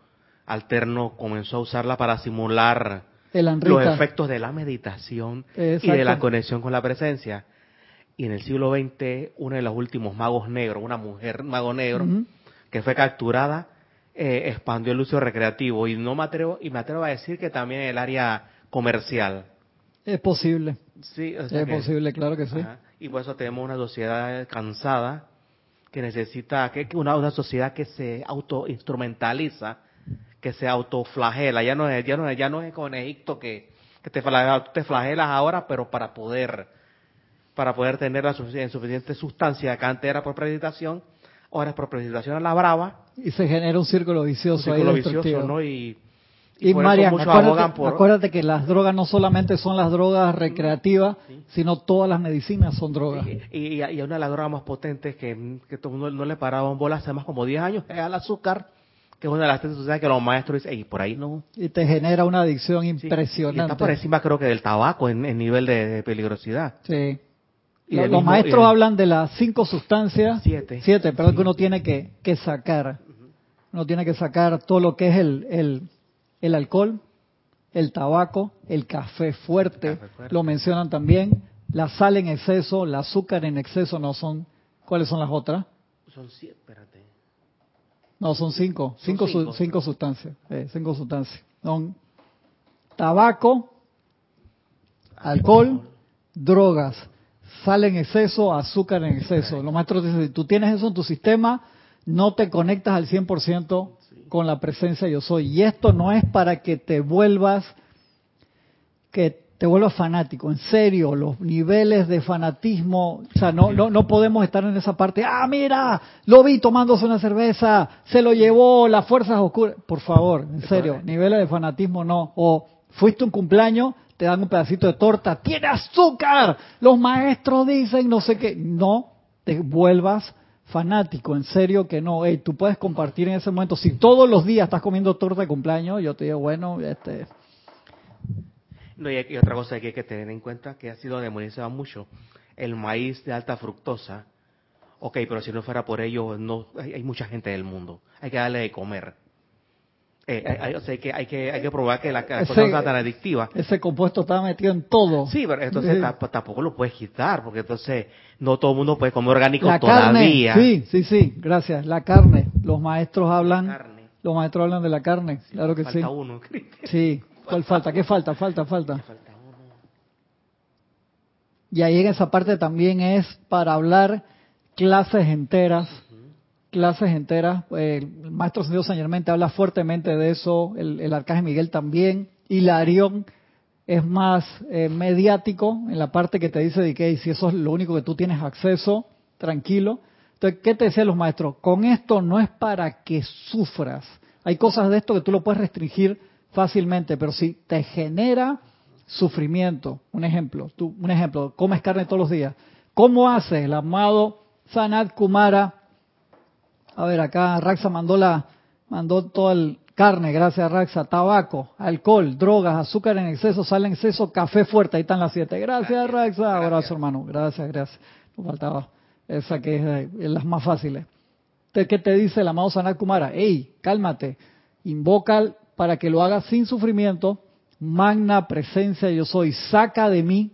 alterno comenzó a usarla para simular El los Anrita. efectos de la meditación Exacto. y de la conexión con la presencia. Y en el siglo veinte, uno de los últimos magos negros, una mujer mago negro, Ujú. que fue capturada, eh, expandió el uso recreativo. Y no me atrevo, y me atrevo a decir que también en el área comercial. Es posible. Sí, o sea Es que, posible, claro que sí. ajá, y por eso tenemos una sociedad cansada que necesita, que que una, una sociedad que se autoinstrumentaliza, que se autoflagela. Ya no es, ya no es, ya no es como en Egipto que, que te, flagela- te flagelas ahora, pero para poder, para poder tener la sufici- suficiente sustancia, que antes era por predicación, ahora es por predicación a la brava, Y se genera un círculo un vicioso ahí círculo vicioso, destructivo. ¿no? Y, y Y por eso Marian, muchos acuérdate, abogan por... acuérdate que las drogas no solamente son las drogas recreativas, Sí. sino todas las medicinas son drogas. Sí, y, y, y una de las drogas más potentes que, que todo el mundo no le paraba en bola hace más como diez años es al azúcar, que es una de las tendencias sociales que los maestros dicen, y por ahí no. Y te genera una adicción Sí, y está impresionante. por encima creo que del tabaco en, en nivel de, de peligrosidad. Sí. Y Lo- del los mismo- maestros y del- hablan de las cinco sustancias, Siete. siete, pero Sí. que uno tiene que, que sacar. Uno tiene que sacar todo lo que es el, el, el alcohol, el tabaco, el café fuerte, El café fuerte. lo mencionan también, la sal en exceso, el azúcar en exceso, no son, ¿cuáles son las otras? Son siete, espérate. No, son cinco, Son cinco, su- cinco. cinco sustancias, eh, cinco sustancias. Son tabaco, alcohol, drogas, sal en exceso, azúcar en exceso. Los maestros dicen, si tú tienes eso en tu sistema, no te conectas al cien por ciento con la presencia yo soy. Y esto no es para que te vuelvas, que te vuelvas fanático. En serio, los niveles de fanatismo, o sea, no, no, no podemos estar en esa parte, ah, mira, lo vi tomándose una cerveza, se lo llevó las fuerzas oscuras. Por favor, en serio, niveles de fanatismo no. O fuiste a un cumpleaños, te dan un pedacito de torta, tiene azúcar, los maestros dicen no sé qué. No te vuelvas fanático, en serio que no. Ey, tú puedes compartir en ese momento. Si todos los días estás comiendo torta de cumpleaños, yo te digo, bueno, este, No, y, y otra cosa que hay que tener en cuenta, que ha sido demonizado mucho, el maíz de alta fructosa. Ok, pero si no fuera por ello, no hay, hay mucha gente del mundo. Hay que darle de comer. Eh, hay, hay- o sea, hay que, hay que, hay que probar que la, que la Ese- cosa no sea tan adictiva. ese compuesto está metido en todo. Sí, pero entonces tap- tampoco lo puedes quitar, porque entonces no todo el mundo puede comer orgánico La carne, todavía. sí, sí, sí, gracias. La carne, los maestros hablan, Carne. los maestros hablan de la carne, Sí, claro que sí. falta uno. Sí, ¿cuál falta? ¿Qué falta? Falta, falta. Falta uno. Y ahí en esa parte también es para hablar clases enteras, clases enteras. Eh, el maestro Ascendido Saint Germain te habla fuertemente de eso, el, el arcángel Miguel también, Hilarión es más eh, mediático en la parte que te dice de que si eso es lo único que tú tienes acceso, tranquilo. Entonces, ¿qué te decían los maestros? Con esto no es para que sufras. Hay cosas de esto que tú lo puedes restringir fácilmente, pero si te genera sufrimiento, un ejemplo, tú, un ejemplo, comes carne todos los días. ¿Cómo hace el amado Sanat Kumara? A ver, acá Raxa mandó la, mandó toda el carne, gracias Raxa, tabaco, alcohol, drogas, azúcar en exceso, sal en exceso, café fuerte, ahí están las siete. Gracias Raxa, abrazo hermano, gracias, gracias. Nos faltaba esa que es de es las más fáciles. Entonces, ¿qué te dice el amado Sanat Kumara? Ey, cálmate, invoca para que lo hagas sin sufrimiento, magna presencia yo soy, saca de mí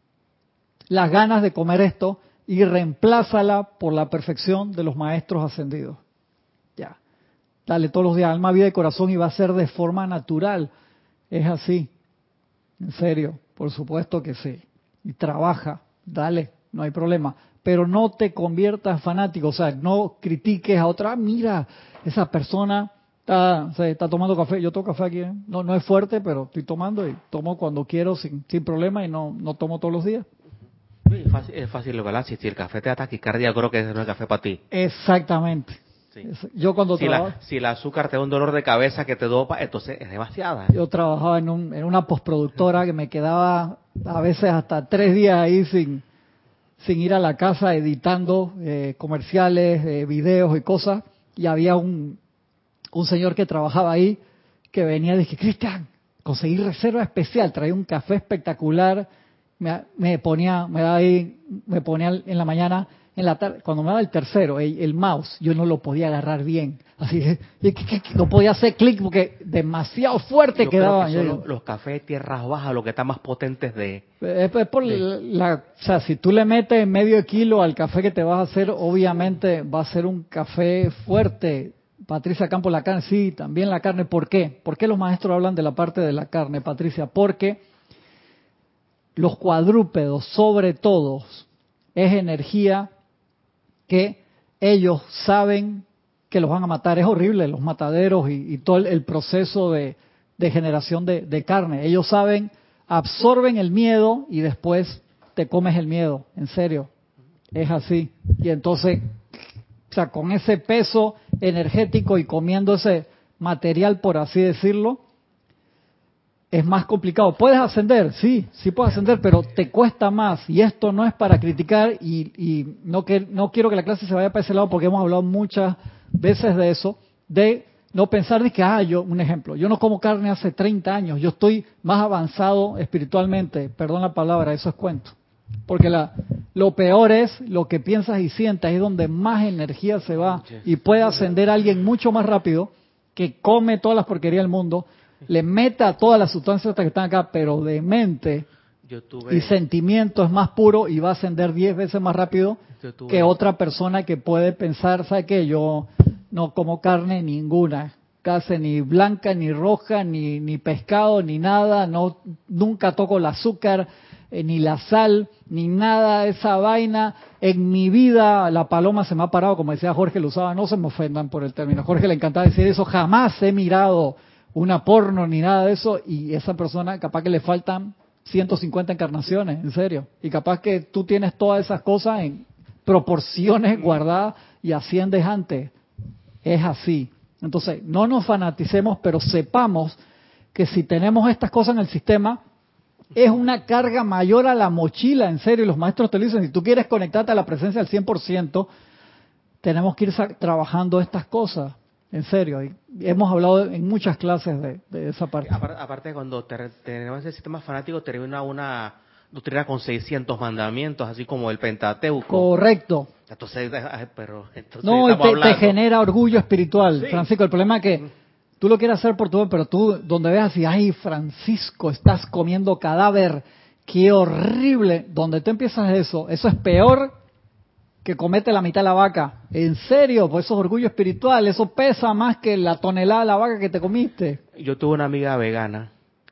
las ganas de comer esto y reemplázala por la perfección de los maestros ascendidos. Ya. Dale todos los días alma, vida y corazón y va a ser de forma natural. Es así. En serio, por supuesto que sí. Y trabaja, dale, no hay problema. Pero no te conviertas fanático, o sea, no critiques a otra. "Ah, mira, esa persona está, o sea, está tomando café. Yo tomo café aquí, ¿eh? no, no es fuerte, pero estoy tomando y tomo cuando quiero sin, sin problema y no, no tomo todos los días. Sí, es fácil, es fácil, ¿verdad? Si, si el café te da taquicardia, creo que ese no es el café para ti. Exactamente. Sí. Es- Yo cuando Si, trabajo, la, si el azúcar te da un dolor de cabeza que te dopa, entonces es demasiada. yo trabajaba en, un, en una postproductora que me quedaba a veces hasta tres días ahí sin, sin ir a la casa editando eh, comerciales, eh, videos y cosas. Y había un, un señor que trabajaba ahí que venía y dije, Cristian, conseguí reserva especial, traía un café espectacular, me, me ponía, me daba ahí, me ponía en la mañana En la tarde, cuando me daba el tercero, el, el mouse, yo no lo podía agarrar bien. Así que, que, que, que no podía hacer clic porque demasiado fuerte yo quedaba. Creo que son Yo, los, los cafés de tierras bajas los que están más potentes de... es, es por de la, o sea, si tú le metes medio kilo al café que te vas a hacer, obviamente va a ser un café fuerte. Patricia Campos, la carne, sí, también la carne. ¿Por qué? ¿Por qué los maestros hablan de la parte de la carne, Patricia? Porque los cuadrúpedos, sobre todo, es energía que ellos saben que los van a matar. Es horrible los mataderos y, y todo el, el proceso de, de generación de, de carne. Ellos saben, absorben el miedo y después te comes el miedo. En serio, es así. Y entonces, o sea, con ese peso energético y comiendo ese material, por así decirlo, es más complicado. ¿Puedes ascender? Sí, sí puedes ascender, pero te cuesta más. Y esto no es para criticar y, y no, que, no quiero que la clase se vaya para ese lado porque hemos hablado muchas veces de eso, de no pensar de que, ah, yo, un ejemplo, yo no como carne hace treinta años, yo estoy más avanzado espiritualmente, perdón la palabra, eso es cuento. Porque la, lo peor es lo que piensas y sientes, es donde más energía se va y puede ascender a alguien mucho más rápido que come todas las porquerías del mundo, le meta todas las sustancias hasta que están acá, pero de mente yo tuve, y sentimiento es más puro y va a ascender diez veces más rápido tuve, que otra persona que puede pensar, ¿sabe qué? Yo no como carne ninguna, casi ni blanca, ni roja, ni, ni pescado, ni nada, no nunca toco el azúcar, eh, ni la sal, ni nada de esa vaina. En mi vida la paloma se me ha parado, como decía Jorge, lo usaba, no se me ofendan por el término. Jorge le encantaba decir eso, jamás he mirado una porno ni nada de eso, y esa persona capaz que le faltan ciento cincuenta encarnaciones, en serio, y capaz que tú tienes todas esas cosas en proporciones guardadas y asciendes antes. Es así. Entonces, no nos fanaticemos, pero sepamos que si tenemos estas cosas en el sistema, es una carga mayor a la mochila, en serio, y los maestros te lo dicen, si tú quieres conectarte a la presencia al cien por ciento, tenemos que ir trabajando estas cosas. En serio, y hemos hablado en muchas clases de, de esa parte. Aparte, cuando te, tenemos ese sistema fanático, termina una doctrina con seiscientos mandamientos, así como el Pentateuco. Correcto. Entonces, pero, entonces no, y te, te genera orgullo espiritual, sí. Francisco. El problema es que tú lo quieres hacer por tu, pero tú, donde veas así, ay, Francisco, estás comiendo cadáver, qué horrible. Donde tú empiezas eso, eso es peor que comete la mitad de la vaca. En serio, pues eso es orgullo espiritual, eso pesa más que la tonelada de la vaca que te comiste. Yo tuve una amiga vegana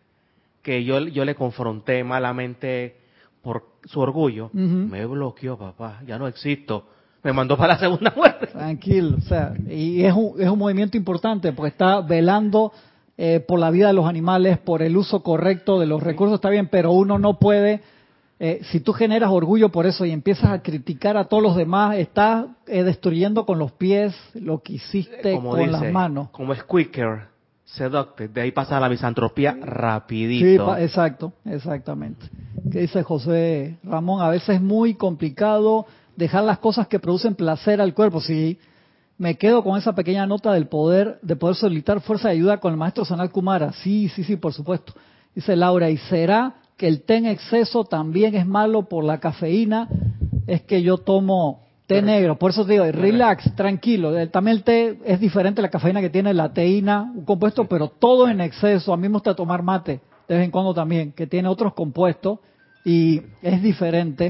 que yo, yo le confronté malamente por su orgullo. Uh-huh. Me bloqueó, papá, ya no existo. Me mandó para la segunda muerte. Tranquilo, o sea, y es un, es un movimiento importante porque está velando eh, por la vida de los animales, por el uso correcto de los recursos, está bien, pero uno no puede... Eh, si tú generas orgullo por eso y empiezas a criticar a todos los demás, estás eh, destruyendo con los pies lo que hiciste como con dice, las manos. Como Squeaker, Seductive, de ahí pasa a la misantropía rapidito. Sí, pa, exacto, exactamente. ¿Qué dice José Ramón? A veces es muy complicado dejar las cosas que producen placer al cuerpo. Sí, me quedo con esa pequeña nota del poder, de poder solicitar fuerza de ayuda con el maestro Sanat Kumara. Sí, sí, sí, por supuesto. Dice Laura, ¿y será que el té en exceso también es malo por la cafeína? Es que yo tomo té negro, por eso te digo, relax, tranquilo. También el té es diferente a la cafeína que tiene la teína, un compuesto, pero todo en exceso. A mí me gusta tomar mate de vez en cuando también, que tiene otros compuestos y es diferente.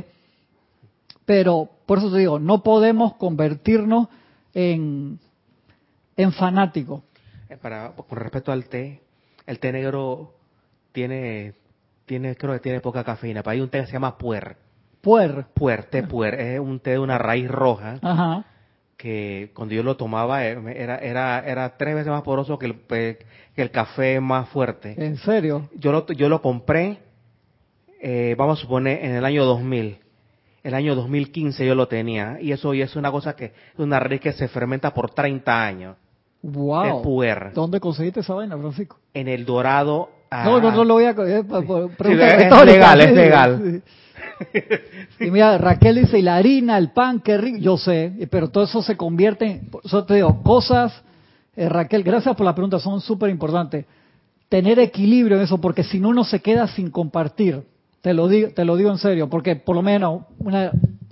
Pero por eso te digo, no podemos convertirnos en, en fanáticos. Para, con respecto al té, el té negro tiene... Tiene, creo que tiene poca cafeína, pero hay un té que se llama puer. Puer. Puer, té puer. Es un té de una raíz roja. Ajá. Que cuando yo lo tomaba era era era tres veces más poderoso que el, que el café más fuerte. ¿En serio? Yo lo, yo lo compré, eh, vamos a suponer, en el año dos mil. El año dos mil quince yo lo tenía. Y eso y es una cosa que es una raíz que se fermenta por treinta años. Wow. El puer. ¿Dónde conseguiste esa vaina, Francisco? En el Dorado. Ah, no, no, no lo voy a... Eh, sí, es, es legal, es legal. Sí. Y mira, Raquel dice, y la harina, el pan, qué rico. Yo sé, pero todo eso se convierte en... Yo te digo, cosas... Eh, Raquel, gracias por la pregunta, son súper importantes. Tener equilibrio en eso, porque si no, uno se queda sin compartir. Te lo digo, te lo digo en serio, porque por lo menos, una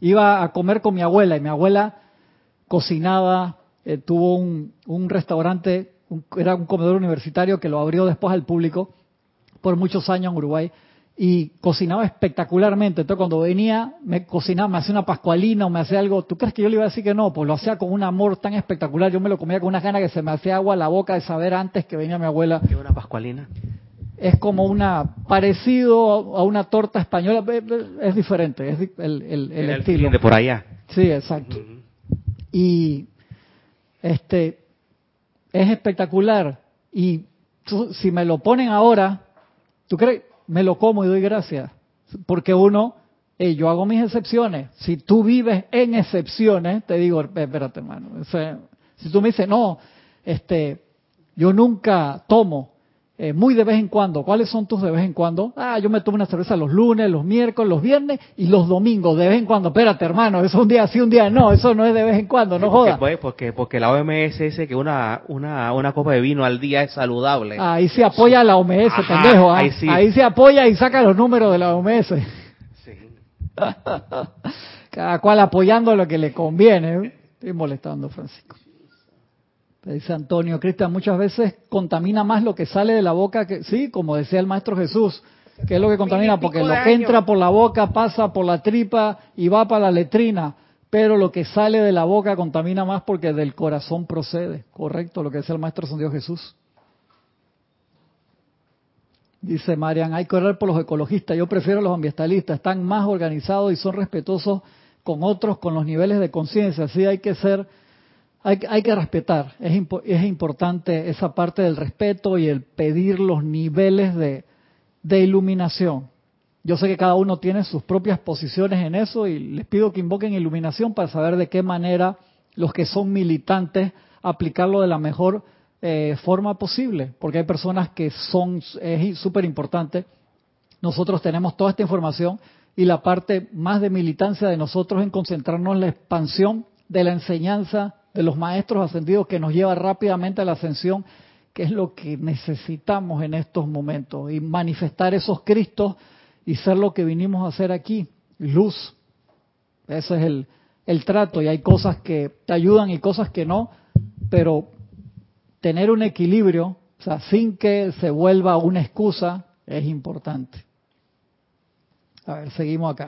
iba a comer con mi abuela y mi abuela cocinaba, eh, tuvo un, un restaurante, un, era un comedor universitario que lo abrió después al público por muchos años en Uruguay y cocinaba espectacularmente. Entonces cuando venía, me cocinaba, me hacía una pascualina o me hacía algo. ¿Tú crees que yo le iba a decir que no? Pues lo hacía con un amor tan espectacular. Yo me lo comía con unas ganas que se me hacía agua a la boca de saber antes que venía mi abuela. ¿Qué es una pascualina? Es como una, parecido a una torta española, es diferente, es el, el, el Era estilo. El de por allá. Sí, exacto. Uh-huh. Y este es espectacular. Y tú, si me lo ponen ahora, ¿tú crees? Me lo como y doy gracias. Porque uno, eh, yo hago mis excepciones. Si tú vives en excepciones, te digo, espérate, hermano. O sea, si tú me dices, no, este, yo nunca tomo, eh, muy de vez en cuando. ¿Cuáles son tus de vez en cuando? Ah, yo me tomo una cerveza los lunes, los miércoles, los viernes y los domingos, de vez en cuando. Espérate, hermano, eso es un día sí, un día no. Eso no es de vez en cuando, no Sí, jodas. porque, porque, porque la O M S dice que una, una, una copa de vino al día es saludable. Ahí se apoya la O M S, Ajá, pendejo. ¿Ah? ahí sí. Ahí se apoya y saca los números de la O M S. Sí. Cada cual apoyando lo que le conviene. Estoy molestando, Francisco. Dice Antonio, Cristian, muchas veces contamina más lo que sale de la boca que, sí, como decía el Maestro Jesús, que es lo que contamina, porque lo que entra por la boca pasa por la tripa y va para la letrina, pero lo que sale de la boca contamina más porque del corazón procede, correcto, lo que decía el Maestro San Dios Jesús. Dice Marian, hay que orar por los ecologistas, yo prefiero a los ambientalistas, están más organizados y son respetuosos con otros, con los niveles de conciencia, así hay que ser... Hay, hay que respetar, es, impo, es importante esa parte del respeto y el pedir los niveles de, de iluminación. Yo sé que cada uno tiene sus propias posiciones en eso y les pido que invoquen iluminación para saber de qué manera los que son militantes aplicarlo de la mejor eh, forma posible, porque hay personas que son, es súper importante, nosotros tenemos toda esta información y la parte más de militancia de nosotros en concentrarnos en la expansión de la enseñanza de los maestros ascendidos que nos lleva rápidamente a la ascensión, que es lo que necesitamos en estos momentos, y manifestar esos Cristos y ser lo que vinimos a hacer aquí, luz. Ese es el, el trato, y hay cosas que te ayudan y cosas que no, pero tener un equilibrio, o sea, sin que se vuelva una excusa, es importante. A ver, seguimos acá.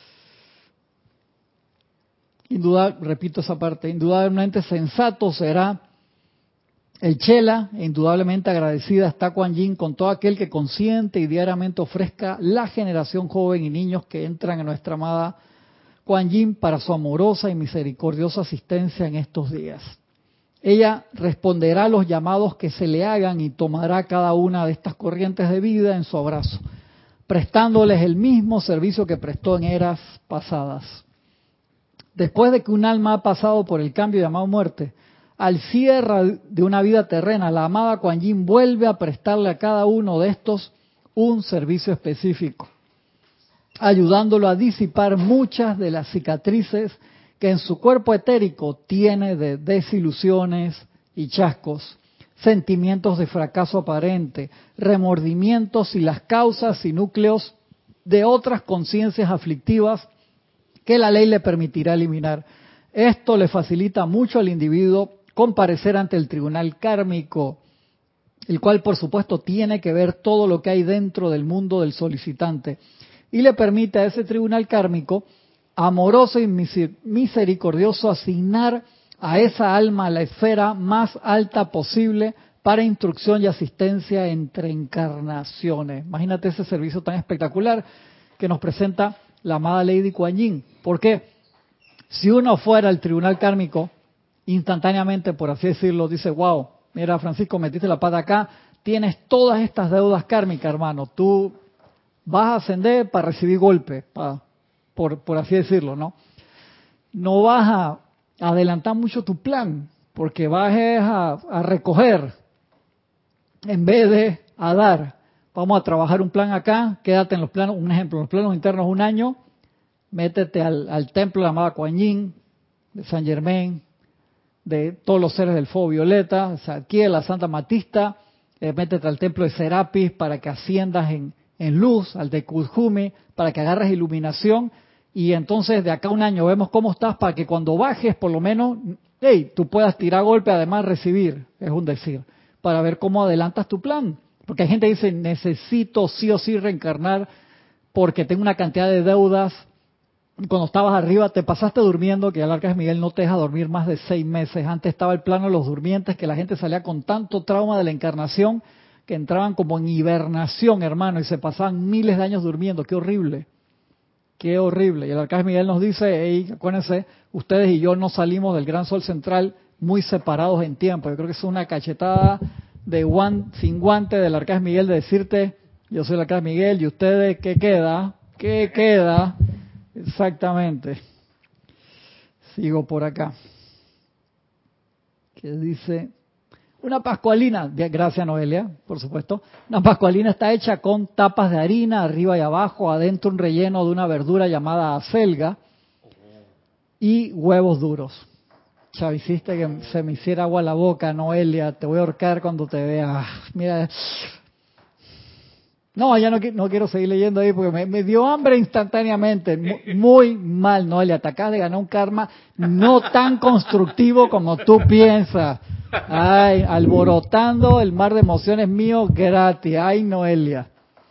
Indudable, repito esa parte, indudablemente sensato será el Chela, e indudablemente agradecida está Kuan Yin con todo aquel que consciente y diariamente ofrezca la generación joven y niños que entran en nuestra amada Kuan Yin para su amorosa y misericordiosa asistencia en estos días. Ella responderá a los llamados que se le hagan y tomará cada una de estas corrientes de vida en su abrazo, prestándoles el mismo servicio que prestó en eras pasadas. Después de que un alma ha pasado por el cambio llamado muerte, al cierre de una vida terrena, la amada Kuan Yin vuelve a prestarle a cada uno de estos un servicio específico, ayudándolo a disipar muchas de las cicatrices que en su cuerpo etérico tiene de desilusiones y chascos, sentimientos de fracaso aparente, remordimientos y las causas y núcleos de otras conciencias aflictivas que la ley le permitirá eliminar. Esto le facilita mucho al individuo comparecer ante el tribunal kármico, el cual por supuesto tiene que ver todo lo que hay dentro del mundo del solicitante, y le permite a ese tribunal kármico, amoroso y misericordioso, asignar a esa alma la esfera más alta posible para instrucción y asistencia entre encarnaciones. Imagínate ese servicio tan espectacular que nos presenta la amada Lady Kuan Yin. ¿Por qué? Si uno fuera al tribunal kármico, instantáneamente, por así decirlo, dice, wow, mira Francisco, metiste la pata acá, tienes todas estas deudas kármicas, hermano, tú vas a ascender para recibir golpes, para, por, por así decirlo, ¿no? No vas a adelantar mucho tu plan, porque vas a, a recoger en vez de a dar. Vamos a trabajar un plan acá, quédate en los planos, un ejemplo, en los planos internos un año, métete al, al templo de la amada Kuan Yin, de San Germain, de todos los seres del fuego violeta, o sea, aquí de la Santa Matista, eh, métete al templo de Serapis para que asciendas en, en luz, al de Kujumi, para que agarres iluminación y entonces de acá a un año vemos cómo estás para que cuando bajes por lo menos, hey, tú puedas tirar golpe, además recibir, es un decir, para ver cómo adelantas tu plan. Porque hay gente que dice, necesito sí o sí reencarnar porque tengo una cantidad de deudas. Cuando estabas arriba te pasaste durmiendo, que el Arcángel Miguel no te deja dormir más de seis meses. Antes estaba el plano de los durmientes, que la gente salía con tanto trauma de la encarnación que entraban como en hibernación, hermano, y se pasaban miles de años durmiendo. ¡Qué horrible! ¡Qué horrible! Y el Arcángel Miguel nos dice, hey, acuérdense, ustedes y yo no salimos del gran sol central muy separados en tiempo. Yo creo que es una cachetada de guan, sin guante del Arcángel Miguel de decirte, yo soy el Arcángel Miguel, y ustedes, ¿qué queda? ¿Qué queda? Exactamente. Sigo por acá. Que dice, una pascualina, gracias Noelia, por supuesto, una pascualina está hecha con tapas de harina, arriba y abajo, adentro un relleno de una verdura llamada acelga y huevos duros. Chao, hiciste que se me hiciera agua la boca, Noelia, te voy a ahorcar cuando te vea. Mira, no, ya no, no quiero seguir leyendo ahí porque me, me dio hambre instantáneamente. Muy, muy mal, Noelia. Te acabas de ganar un karma no tan constructivo como tú piensas. Ay, alborotando el mar de emociones mío gratis. Ay, Noelia.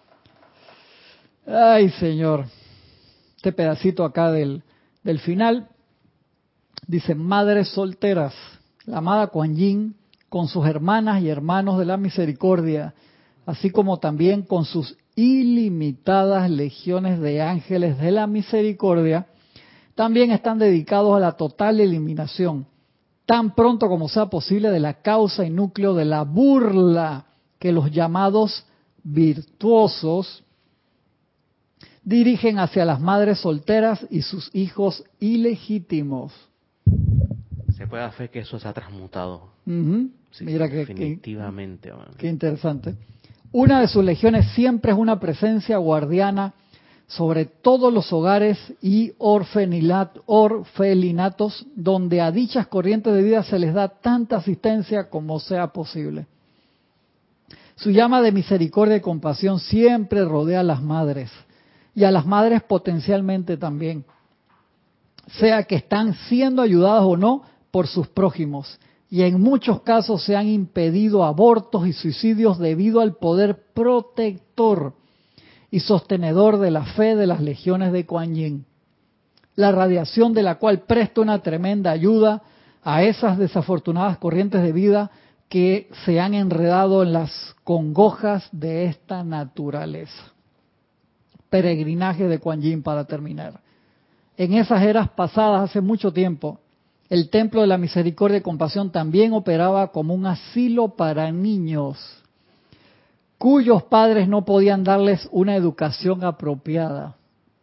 Ay, Señor. Este pedacito acá del, del final. Dice, madres solteras. La amada Kuan Yin con sus hermanas y hermanos de la misericordia, así como también con sus ilimitadas legiones de ángeles de la misericordia, también están dedicados a la total eliminación, tan pronto como sea posible, de la causa y núcleo de la burla que los llamados virtuosos dirigen hacia las madres solteras y sus hijos ilegítimos. Se puede hacer que eso se ha transmutado. Uh-huh. Sí, Mira que, definitivamente. Que, qué interesante. Una de sus legiones siempre es una presencia guardiana sobre todos los hogares y orfelinatos donde a dichas corrientes de vida se les da tanta asistencia como sea posible. Su llama de misericordia y compasión siempre rodea a las madres y a las madres potencialmente también, sea que están siendo ayudadas o no por sus prójimos. Y en muchos casos se han impedido abortos y suicidios debido al poder protector y sostenedor de la fe de las legiones de Kuan Yin, la radiación de la cual presta una tremenda ayuda a esas desafortunadas corrientes de vida que se han enredado en las congojas de esta naturaleza. Peregrinaje de Kuan Yin para terminar. En esas eras pasadas, hace mucho tiempo, el Templo de la Misericordia y Compasión también operaba como un asilo para niños, cuyos padres no podían darles una educación apropiada.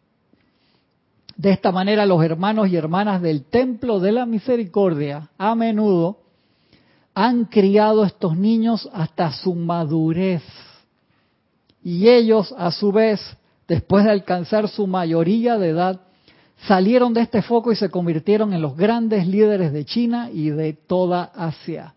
De esta manera, los hermanos y hermanas del Templo de la Misericordia, a menudo, han criado estos niños hasta su madurez. Y ellos, a su vez, después de alcanzar su mayoría de edad, salieron de este foco y se convirtieron en los grandes líderes de China y de toda Asia,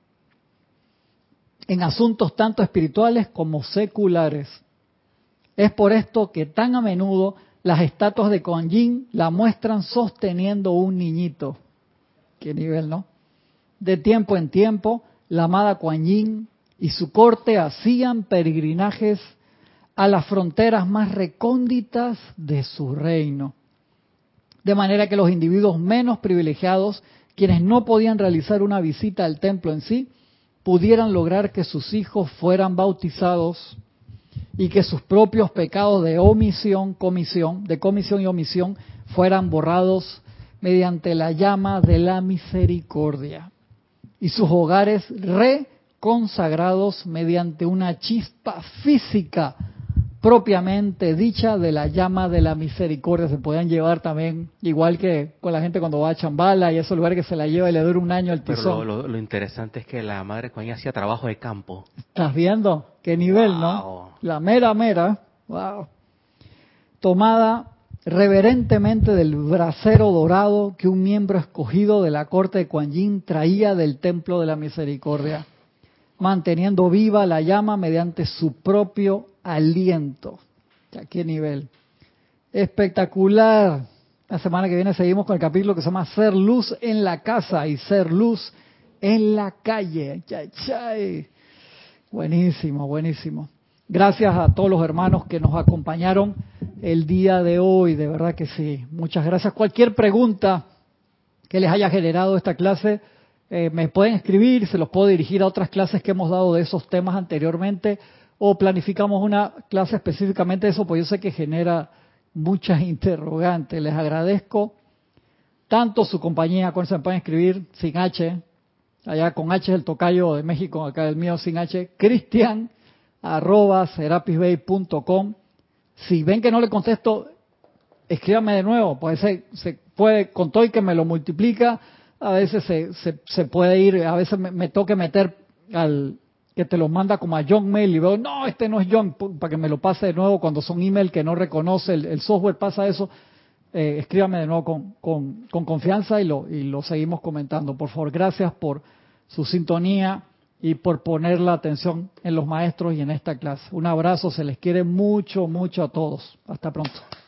en asuntos tanto espirituales como seculares. Es por esto que tan a menudo las estatuas de Kuan Yin la muestran sosteniendo un niñito. ¿Qué nivel, no? De tiempo en tiempo, la amada Kuan Yin y su corte hacían peregrinajes a las fronteras más recónditas de su reino. De manera que los individuos menos privilegiados, quienes no podían realizar una visita al templo en sí, pudieran lograr que sus hijos fueran bautizados y que sus propios pecados de omisión, comisión, de comisión y omisión fueran borrados mediante la llama de la misericordia y sus hogares reconsagrados mediante una chispa física propiamente dicha de la llama de la misericordia. Se pueden llevar también, igual que con la gente cuando va a Chambala y esos lugares que se la lleva y le dura un año el tizón. Pero lo, lo, lo interesante es que la madre Kuan Yin hacía trabajo de campo. ¿Estás viendo? ¿Qué nivel, wow, no? La mera, mera, wow. Tomada reverentemente del brasero dorado que un miembro escogido de la corte de Kuan Yin traía del templo de la misericordia, manteniendo viva la llama mediante su propio aliento. ¿A qué nivel? Espectacular. La semana que viene seguimos con el capítulo que se llama Ser Luz en la Casa y Ser Luz en la Calle. Chay, chay. Buenísimo, buenísimo. Gracias a todos los hermanos que nos acompañaron el día de hoy, de verdad que sí. Muchas gracias. Cualquier pregunta que les haya generado esta clase, eh, me pueden escribir, se los puedo dirigir a otras clases que hemos dado de esos temas anteriormente, o planificamos una clase específicamente de eso, pues yo sé que genera muchas interrogantes. Les agradezco tanto su compañía, con se me pueden escribir sin H, allá con H es el tocayo de México, acá el mío sin H, Cristian arroba serapisbay punto com. Si ven que no le contesto, escríbame de nuevo, pues se, se puede, con todo y que me lo multiplica, a veces se, se, se puede ir, a veces me, me toque meter al que te lo manda como a John Mail y veo, no, este no es John, para que me lo pase de nuevo cuando son email que no reconoce, el, el software pasa eso, eh, escríbame de nuevo con, con, con confianza y lo, y lo seguimos comentando. Por favor, gracias por su sintonía y por poner la atención en los maestros y en esta clase. Un abrazo, se les quiere mucho, mucho a todos. Hasta pronto.